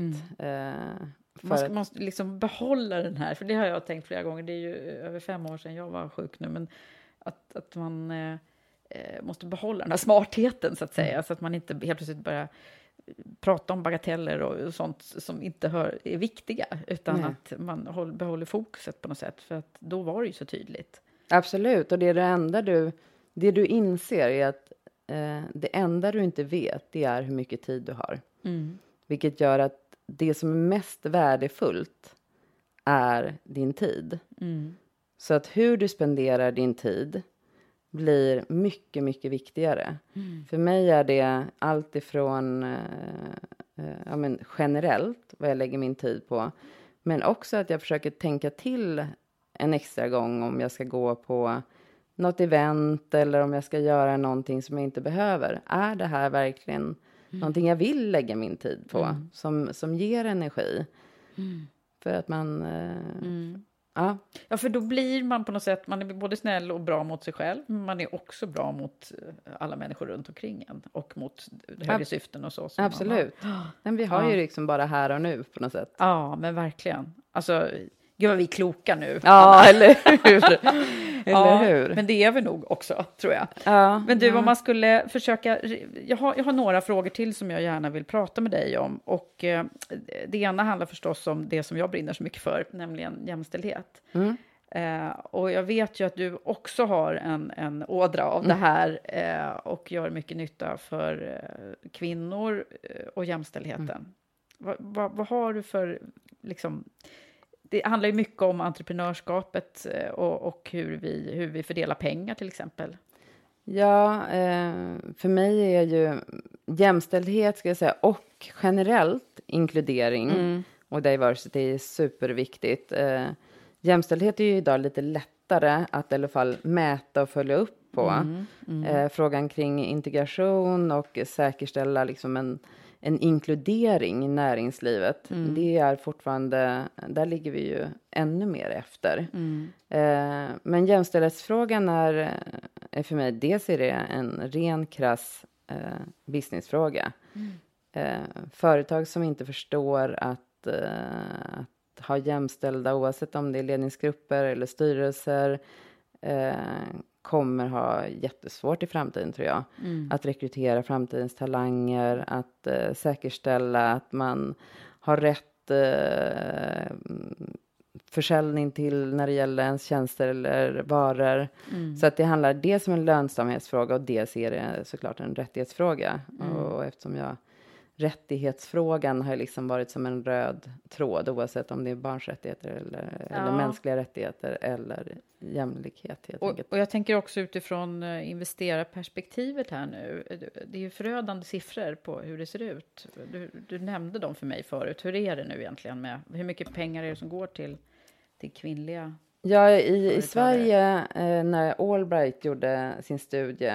S8: Man måste liksom behålla den här, för det har jag tänkt flera gånger, det är ju över 5 år sedan jag var sjuk nu, men att man måste behålla den här smartheten så att säga, så att man inte helt plötsligt börjar prata om bagateller och sånt som inte är viktiga, utan att man behåller fokuset på något sätt, för att då var det ju så tydligt.
S7: Absolut, och det enda du inser är att det enda du inte vet, det är hur mycket tid du har. Vilket gör att det som är mest värdefullt är din tid. Så att hur du spenderar din tid blir mycket, mycket viktigare. För mig är det allt ifrån generellt vad jag lägger min tid på. Men också att jag försöker tänka till en extra gång om jag ska gå på något event eller om jag ska göra någonting som jag inte behöver. Är det här verkligen någonting jag vill lägga min tid på som ger energi? För att man...
S8: Ja, för då blir man på något sätt, man är både snäll och bra mot sig själv, men man är också bra mot alla människor runt omkring en och mot högre syften och så.
S7: Absolut. Men vi har ju liksom bara här och nu på något sätt.
S8: Ja, men verkligen. Alltså, gud vad vi är kloka nu.
S7: Ja, eller hur? Eller hur?
S8: Men det är vi nog också, tror jag.
S7: Ja,
S8: men du, om man skulle försöka... Jag har några frågor till som jag gärna vill prata med dig om. Och det ena handlar förstås om det som jag brinner så mycket för, nämligen jämställdhet. Och jag vet ju att du också har en ådra av det här och gör mycket nytta för kvinnor och jämställdheten. Vad har du för... liksom, det handlar ju mycket om entreprenörskapet och hur vi fördelar pengar till exempel.
S7: Ja, för mig är ju jämställdhet ska jag säga och generellt inkludering och diversity är superviktigt. Jämställdhet är ju idag lite lättare att i alla fall mäta och följa upp på. Frågan kring integration och säkerställa liksom en inkludering i näringslivet. Det är fortfarande, där ligger vi ju ännu mer efter. Men jämställdhetsfrågan är för mig, dels är det en ren krass businessfråga. Företag som inte förstår att ha jämställda, oavsett om det är ledningsgrupper eller styrelser, kommer ha jättesvårt i framtiden, tror jag. Att rekrytera framtidens talanger, att säkerställa att man har rätt försäljning till när det gäller ens tjänster eller varor. Så att det handlar dels om en lönsamhetsfråga och dels är det såklart en rättighetsfråga. Och eftersom rättighetsfrågan har liksom varit som en röd tråd, oavsett om det är barns rättigheter eller mänskliga rättigheter eller jämlikhet helt enkelt.
S8: Och jag tänker också utifrån investerarperspektivet här nu. Det är ju förödande siffror på hur det ser ut. Du nämnde dem för mig förut. Hur är det nu egentligen med hur mycket pengar är det som går till kvinnliga?
S7: Ja, i Sverige när Allbright gjorde sin studie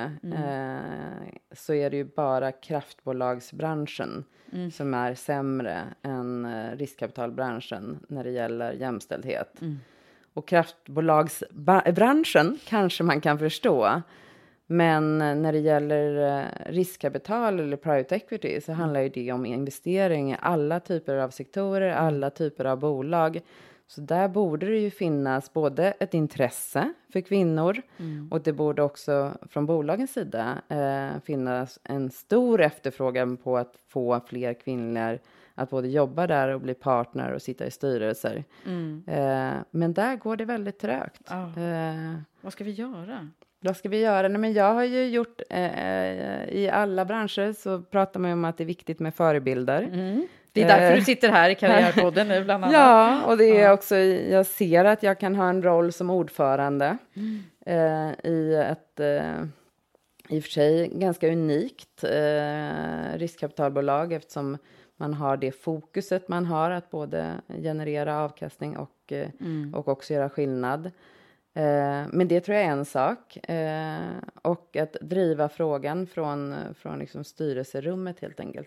S7: så är det ju bara kraftbolagsbranschen som är sämre än riskkapitalbranschen när det gäller jämställdhet. Och kraftbolagsbranschen kanske man kan förstå. Men när det gäller riskkapital eller private equity så handlar ju det om investering i alla typer av sektorer, alla typer av bolag. Så där borde det ju finnas både ett intresse för kvinnor och det borde också från bolagens sida finnas en stor efterfrågan på att få fler kvinnor att både jobba där och bli partner och sitta i styrelser. Men där går det väldigt trögt.
S8: Vad ska vi göra?
S7: Vad ska vi göra? Nej, men jag har ju gjort i alla branscher så pratar man om att det är viktigt med förebilder.
S8: Det är därför du sitter här i Karriärpodden nu bland annat.
S7: Ja, och det är också, jag ser att jag kan ha en roll som ordförande i ett i och för sig ganska unikt riskkapitalbolag eftersom man har det fokuset man har att både generera avkastning och också göra skillnad. Men det tror jag är en sak. Och att driva frågan från liksom styrelserummet helt enkelt.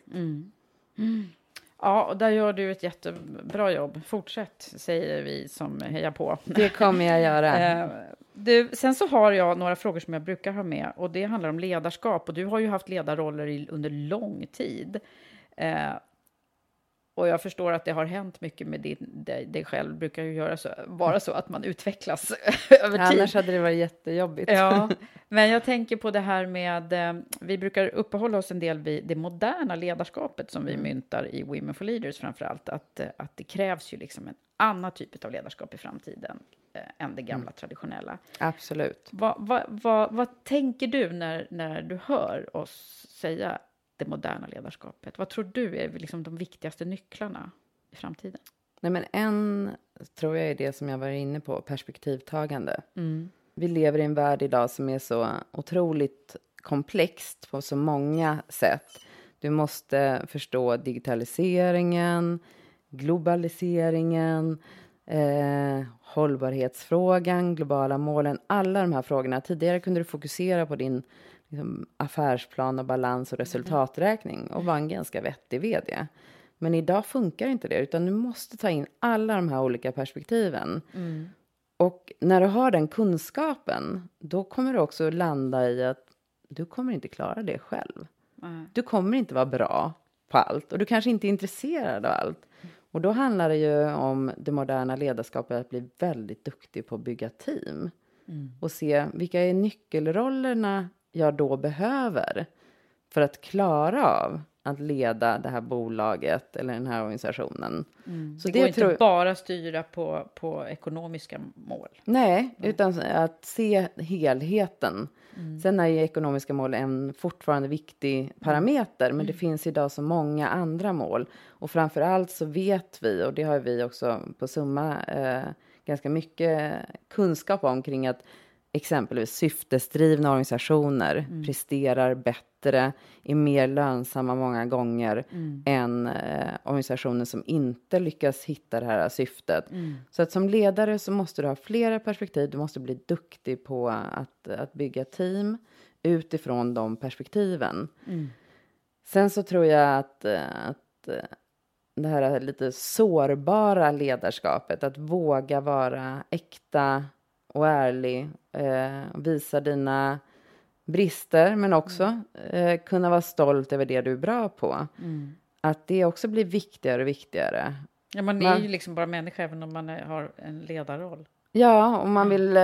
S8: Ja, och där gör du ett jättebra jobb. Fortsätt, säger vi som hejar på.
S7: Det kommer jag göra.
S8: Sen så har jag några frågor som jag brukar ha med. Och det handlar om ledarskap. Och du har ju haft ledarroller under lång tid. Och jag förstår att det har hänt mycket med dig själv. Brukar ju vara så att man utvecklas över tid.
S7: Annars hade det varit jättejobbigt.
S8: Ja, men jag tänker på det här med... Vi brukar uppehålla oss en del vid det moderna ledarskapet som vi myntar i Women for Leaders framförallt. Att det krävs ju liksom en annan typ av ledarskap i framtiden än det gamla traditionella.
S7: Absolut.
S8: Vad tänker du när du hör oss säga det moderna ledarskapet? Vad tror du är liksom de viktigaste nycklarna i framtiden?
S7: Nej, men en tror jag är det som jag var inne på, perspektivtagande. Vi lever i en värld idag som är så otroligt komplext på så många sätt. Du måste förstå digitaliseringen, globaliseringen, hållbarhetsfrågan, globala målen, alla de här frågorna. Tidigare kunde du fokusera på din affärsplan och balans och resultaträkning och var en ganska vettig vd. Men idag funkar inte det utan du måste ta in alla de här olika perspektiven. Och när du har den kunskapen då kommer du också landa i att du kommer inte klara det själv. Du kommer inte vara bra på allt och du kanske inte är intresserad av allt. Och då handlar det ju om det moderna ledarskapet att bli väldigt duktig på att bygga team. Och se vilka är nyckelrollerna jag då behöver för att klara av att leda det här bolaget eller den här organisationen.
S8: Så det går inte bara styra på ekonomiska mål.
S7: Nej, utan att se helheten. Sen är ju ekonomiska mål en fortfarande viktig parameter, men det finns idag så många andra mål. Och framförallt så vet vi, och det har vi också på Summa ganska mycket kunskap om kring att exempelvis syftesdrivna organisationer presterar bättre, är mer lönsamma många gånger än organisationer som inte lyckas hitta det här syftet. Så att som ledare så måste du ha flera perspektiv. Du måste bli duktig på att bygga team utifrån de perspektiven. Sen så tror jag att det här lite sårbara ledarskapet, att våga vara äkta och ärlig, visa dina brister men också kunna vara stolt över det du är bra på. Att det också blir viktigare och viktigare.
S8: Ja, man är ju liksom bara människa även om man har en ledarroll.
S7: Ja, om man vill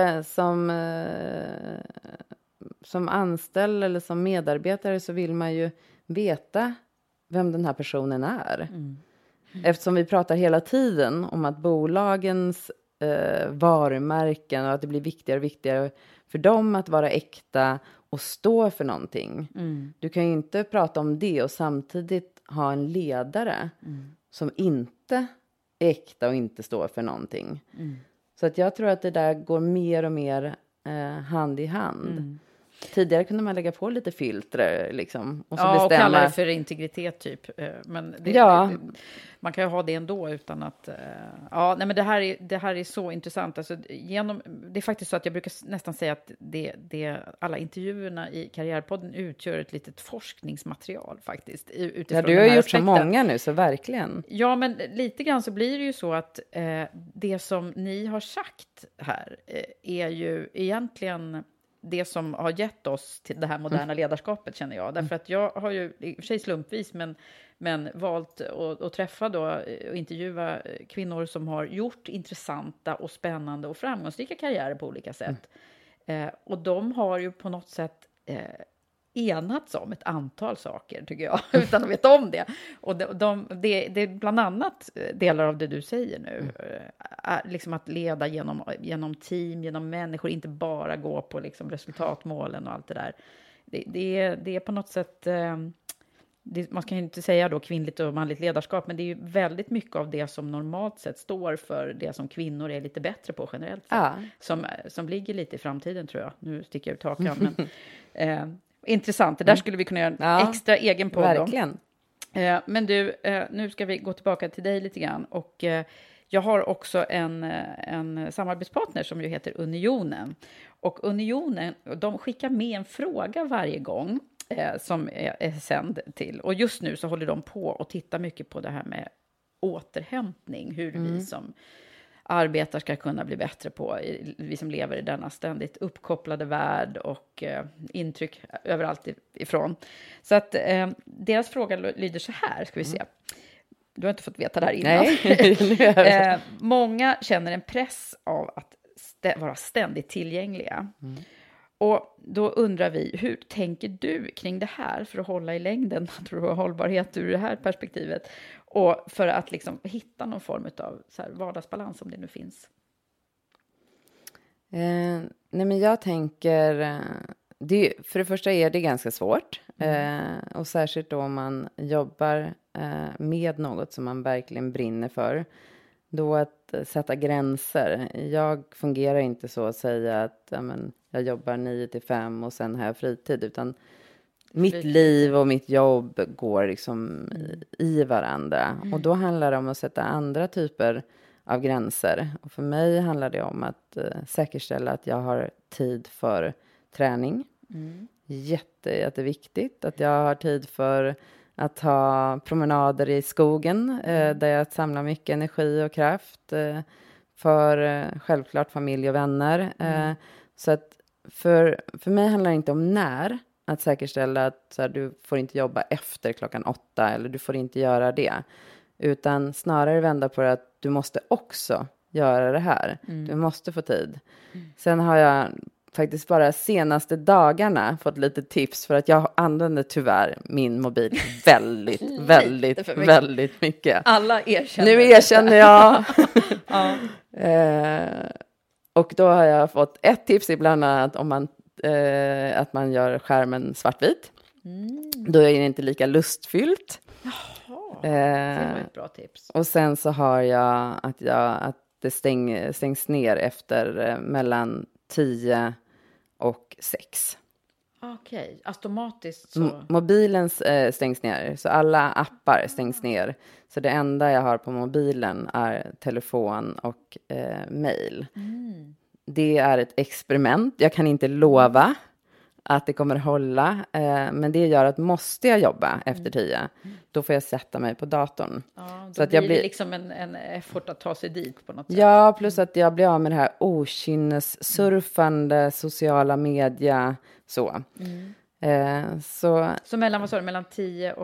S7: som anställd eller som medarbetare så vill man ju veta vem den här personen är. Eftersom vi pratar hela tiden om att bolagens varumärken och att det blir viktigare och viktigare för dem att vara äkta och stå för någonting. Du kan ju inte prata om det och samtidigt ha en ledare som inte är äkta och inte står för någonting. Så att jag tror att det där går mer och mer hand i hand. Tidigare kunde man lägga på lite filter liksom. Och så bestämma.
S8: Och kalla det för integritet typ. Men man kan ju ha det ändå utan att... men det här är så intressant. Alltså, det är faktiskt så att jag brukar nästan säga att alla intervjuerna i Karriärpodden utgör ett litet forskningsmaterial faktiskt.
S7: Ja, du har gjort så många nu, så verkligen.
S8: Ja, men lite grann så blir det ju så att det som ni har sagt här är ju egentligen... det som har gett oss till det här moderna ledarskapet, känner jag. Därför att jag har ju, i och för sig slumpvis, men valt att träffa då och intervjua kvinnor som har gjort intressanta och spännande och framgångsrika karriärer på olika sätt. Och de har ju på något sätt enats om ett antal saker, tycker jag, utan att veta om det. Och det är bland annat delar av det du säger nu. Liksom att leda genom team, genom människor, inte bara gå på liksom resultatmålen och allt det där. Det är på något sätt... man kan ju inte säga då kvinnligt och manligt ledarskap, men det är ju väldigt mycket av det som normalt sett står för det som kvinnor är lite bättre på generellt sett. Som ligger lite i framtiden, tror jag. Nu sticker jag ut hakan, men... intressant, det där skulle vi kunna göra en extra egen podd om.
S7: Verkligen.
S8: Men du, nu ska vi gå tillbaka till dig lite grann. Och jag har också en samarbetspartner som ju heter Unionen. Och Unionen, de skickar med en fråga varje gång som är sänd till. Och just nu så håller de på och tittar mycket på det här med återhämtning. Hur vi som arbetare ska kunna bli bättre på, vi som lever i denna ständigt uppkopplade värld och intryck överallt ifrån. Så att deras fråga lyder så här, ska vi se. Du har inte fått veta det här innan. Nej. Många känner en press av att vara ständigt tillgängliga. Och då undrar vi, hur tänker du kring det här för att hålla i längden, tror du, hållbarhet ur det här perspektivet? Och för att liksom hitta någon form av så här vardagsbalans, om det nu finns.
S7: Nej, men jag tänker... för det första är det ganska svårt. Och särskilt då om man jobbar med något som man verkligen brinner för. Då att sätta gränser. Jag fungerar inte så att säga att jag jobbar 9-5 och sen har jag fritid. Utan mitt liv och mitt jobb går liksom i varandra. Och då handlar det om att sätta andra typer av gränser. Och för mig handlar det om att säkerställa att jag har tid för träning. Jätteviktigt att jag har tid för att ha promenader i skogen där jag samlar mycket energi och kraft för självklart familj och vänner. Så att för mig handlar det inte om när att säkerställa att så här, du får inte jobba efter 8 eller du får inte göra det. Utan snarare vända på det att du måste också göra det här. Du måste få tid. Sen har jag faktiskt bara senaste dagarna fått lite tips för att jag använder tyvärr min mobil väldigt mycket.
S8: Alla erkänner.
S7: Nu erkänner jag. Och då har jag fått ett tips ibland att att man gör skärmen svartvit. Då är det inte lika lustfyllt.
S8: Jaha, det var ett bra tips.
S7: Och sen så har jag att det stängs ner efter mellan 10 och 6.
S8: Okej, automatiskt så.
S7: Mobilen stängs ner, så alla appar stängs ner. Så det enda jag har på mobilen är telefon och mejl. Det är ett experiment. Jag kan inte lova att det kommer hålla. Men det gör att måste jag jobba efter 10, då får jag sätta mig på datorn.
S8: Ja, då
S7: så att
S8: blir
S7: jag blir
S8: det liksom en effort att ta sig dit på något sätt.
S7: Ja, plus att jag blir av med det här okynnessurfande, sociala media, så.
S8: Så mellan, vad sa du, mellan 10 och...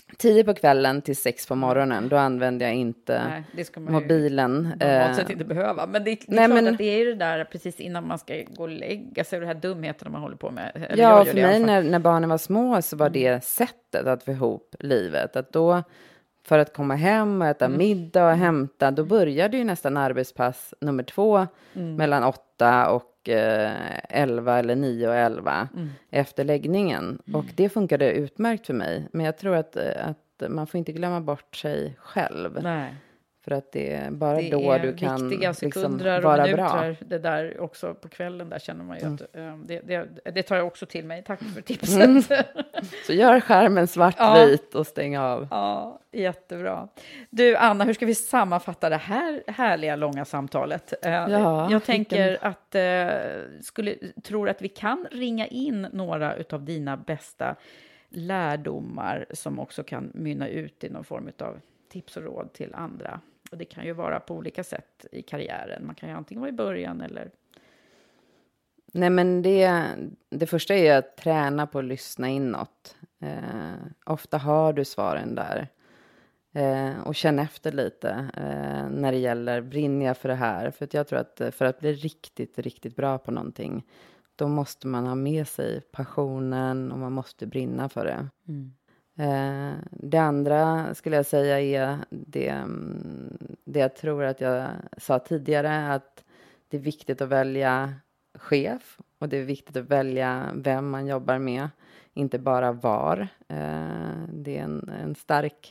S7: 10 på kvällen till 6 på morgonen, då använder jag inte mobilen.
S8: Normalt sett inte behöva. Men det är klart att det är ju det där precis innan man ska gå och lägga sig, det här dumheterna man håller på med. Eller
S7: ja, för mig när barnen var små så var det sättet att få ihop livet. Att då, för att komma hem och äta middag och hämta, då började ju nästan arbetspass nummer 2 mellan 8 och 11 eller 9 och 11 efter läggningen. Och det funkade utmärkt för mig. Men jag tror att man får inte glömma bort sig själv.
S8: Nej.
S7: För att det är bara det då du kan
S8: viktiga sekunder
S7: liksom vara
S8: och minuter,
S7: bra.
S8: Det där också på kvällen, där känner man ju att det tar jag också till mig. Tack för tipset.
S7: Så gör skärmen svartvit och stäng av.
S8: Ja, jättebra. Du Anna, hur ska vi sammanfatta det här härliga långa samtalet? Jag tänker att tror att vi kan ringa in några utav dina bästa lärdomar som också kan mynna ut i någon form av tips och råd till andra. Och det kan ju vara på olika sätt i karriären. Man kan ju antingen vara i början eller...
S7: Nej, men det första är att träna på att lyssna inåt. Ofta har du svaren där. Och känn efter lite när det gäller, brinner jag för det här? För att jag tror att för att bli riktigt, riktigt bra på någonting, då måste man ha med sig passionen och man måste brinna för det. Det andra skulle jag säga är det jag tror att jag sa tidigare, att det är viktigt att välja chef och det är viktigt att välja vem man jobbar med, inte bara var. Det är en stark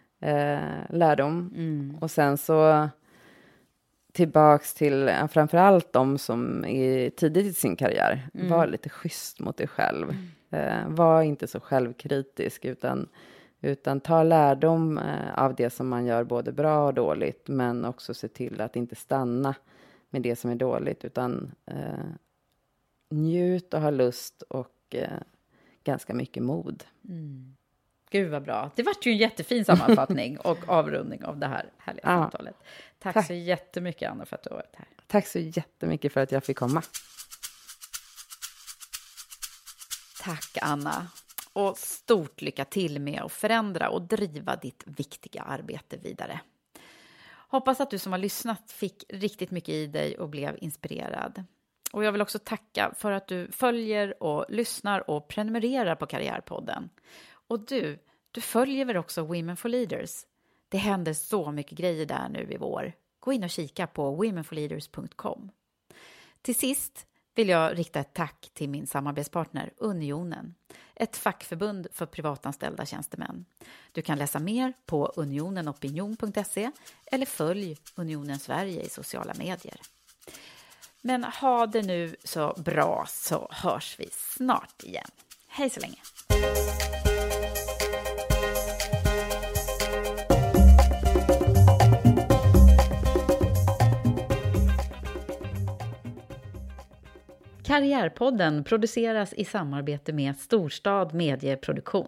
S7: lärdom. Och sen så tillbaks till framförallt de som är tidigt i sin karriär. Var lite schysst mot dig själv. Var inte så självkritisk utan ta lärdom av det som man gör både bra och dåligt, men också se till att inte stanna med det som är dåligt, utan njut och ha lust och ganska mycket mod.
S8: Gud vad bra. Det var ju en jättefin sammanfattning och avrundning av det här härliga samtalet. Tack så jättemycket Anna för att du har varit här.
S7: Tack så jättemycket för att jag fick komma.
S8: Tack Anna. Och stort lycka till med att förändra och driva ditt viktiga arbete vidare. Hoppas att du som har lyssnat fick riktigt mycket i dig och blev inspirerad. Och jag vill också tacka för att du följer och lyssnar och prenumererar på Karriärpodden. Och du följer väl också Women for Leaders? Det händer så mycket grejer där nu i vår. Gå in och kika på womenforleaders.com. Till sist vill jag rikta ett tack till min samarbetspartner Unionen, ett fackförbund för privatanställda tjänstemän. Du kan läsa mer på unionenopinion.se eller följ Unionen Sverige i sociala medier. Men ha det nu så bra, så hörs vi snart igen. Hej så länge! Karriärpodden produceras i samarbete med Storstad Medieproduktion.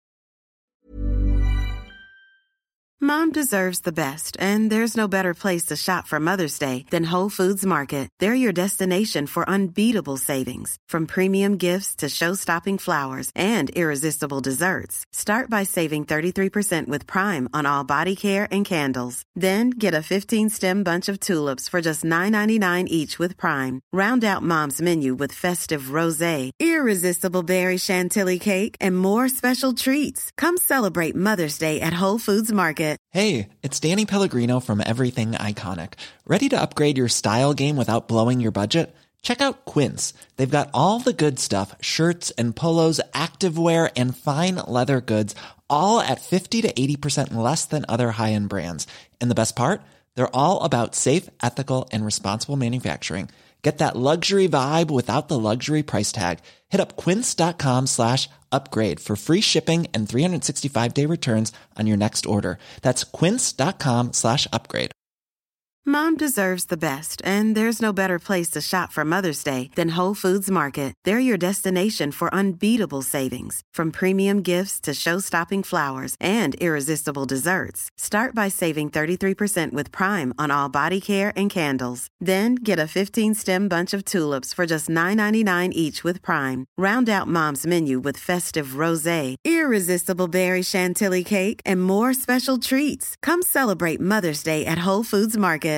S3: Mom deserves the best, and there's no better place to shop for Mother's Day than Whole Foods Market. They're your destination for unbeatable savings, from premium gifts to show-stopping flowers and irresistible desserts. Start by saving 33% with Prime on all body care and candles. Then get a 15-stem bunch of tulips for just $9.99 each with Prime. Round out Mom's menu with festive rosé, irresistible berry chantilly cake, and more special treats. Come celebrate Mother's Day at Whole Foods Market.
S15: Hey, it's Danny Pellegrino from Everything Iconic. Ready to upgrade your style game without blowing your budget? Check out Quince. They've got all the good stuff, shirts and polos, activewear, and fine leather goods, all at 50 to 80% less than other high-end brands. And the best part? They're all about safe, ethical, and responsible manufacturing. Get that luxury vibe without the luxury price tag. Hit up quince.com/upgrade for free shipping and 365-day returns on your next order. That's quince.com/upgrade.
S3: Mom deserves the best, and there's no better place to shop for Mother's Day than Whole Foods Market. They're your destination for unbeatable savings, from premium gifts to show-stopping flowers and irresistible desserts. Start by saving 33% with Prime on all body care and candles. Then get a 15-stem bunch of tulips for just $9.99 each with Prime. Round out Mom's menu with festive rosé, irresistible berry chantilly cake, and more special treats. Come celebrate Mother's Day at Whole Foods Market.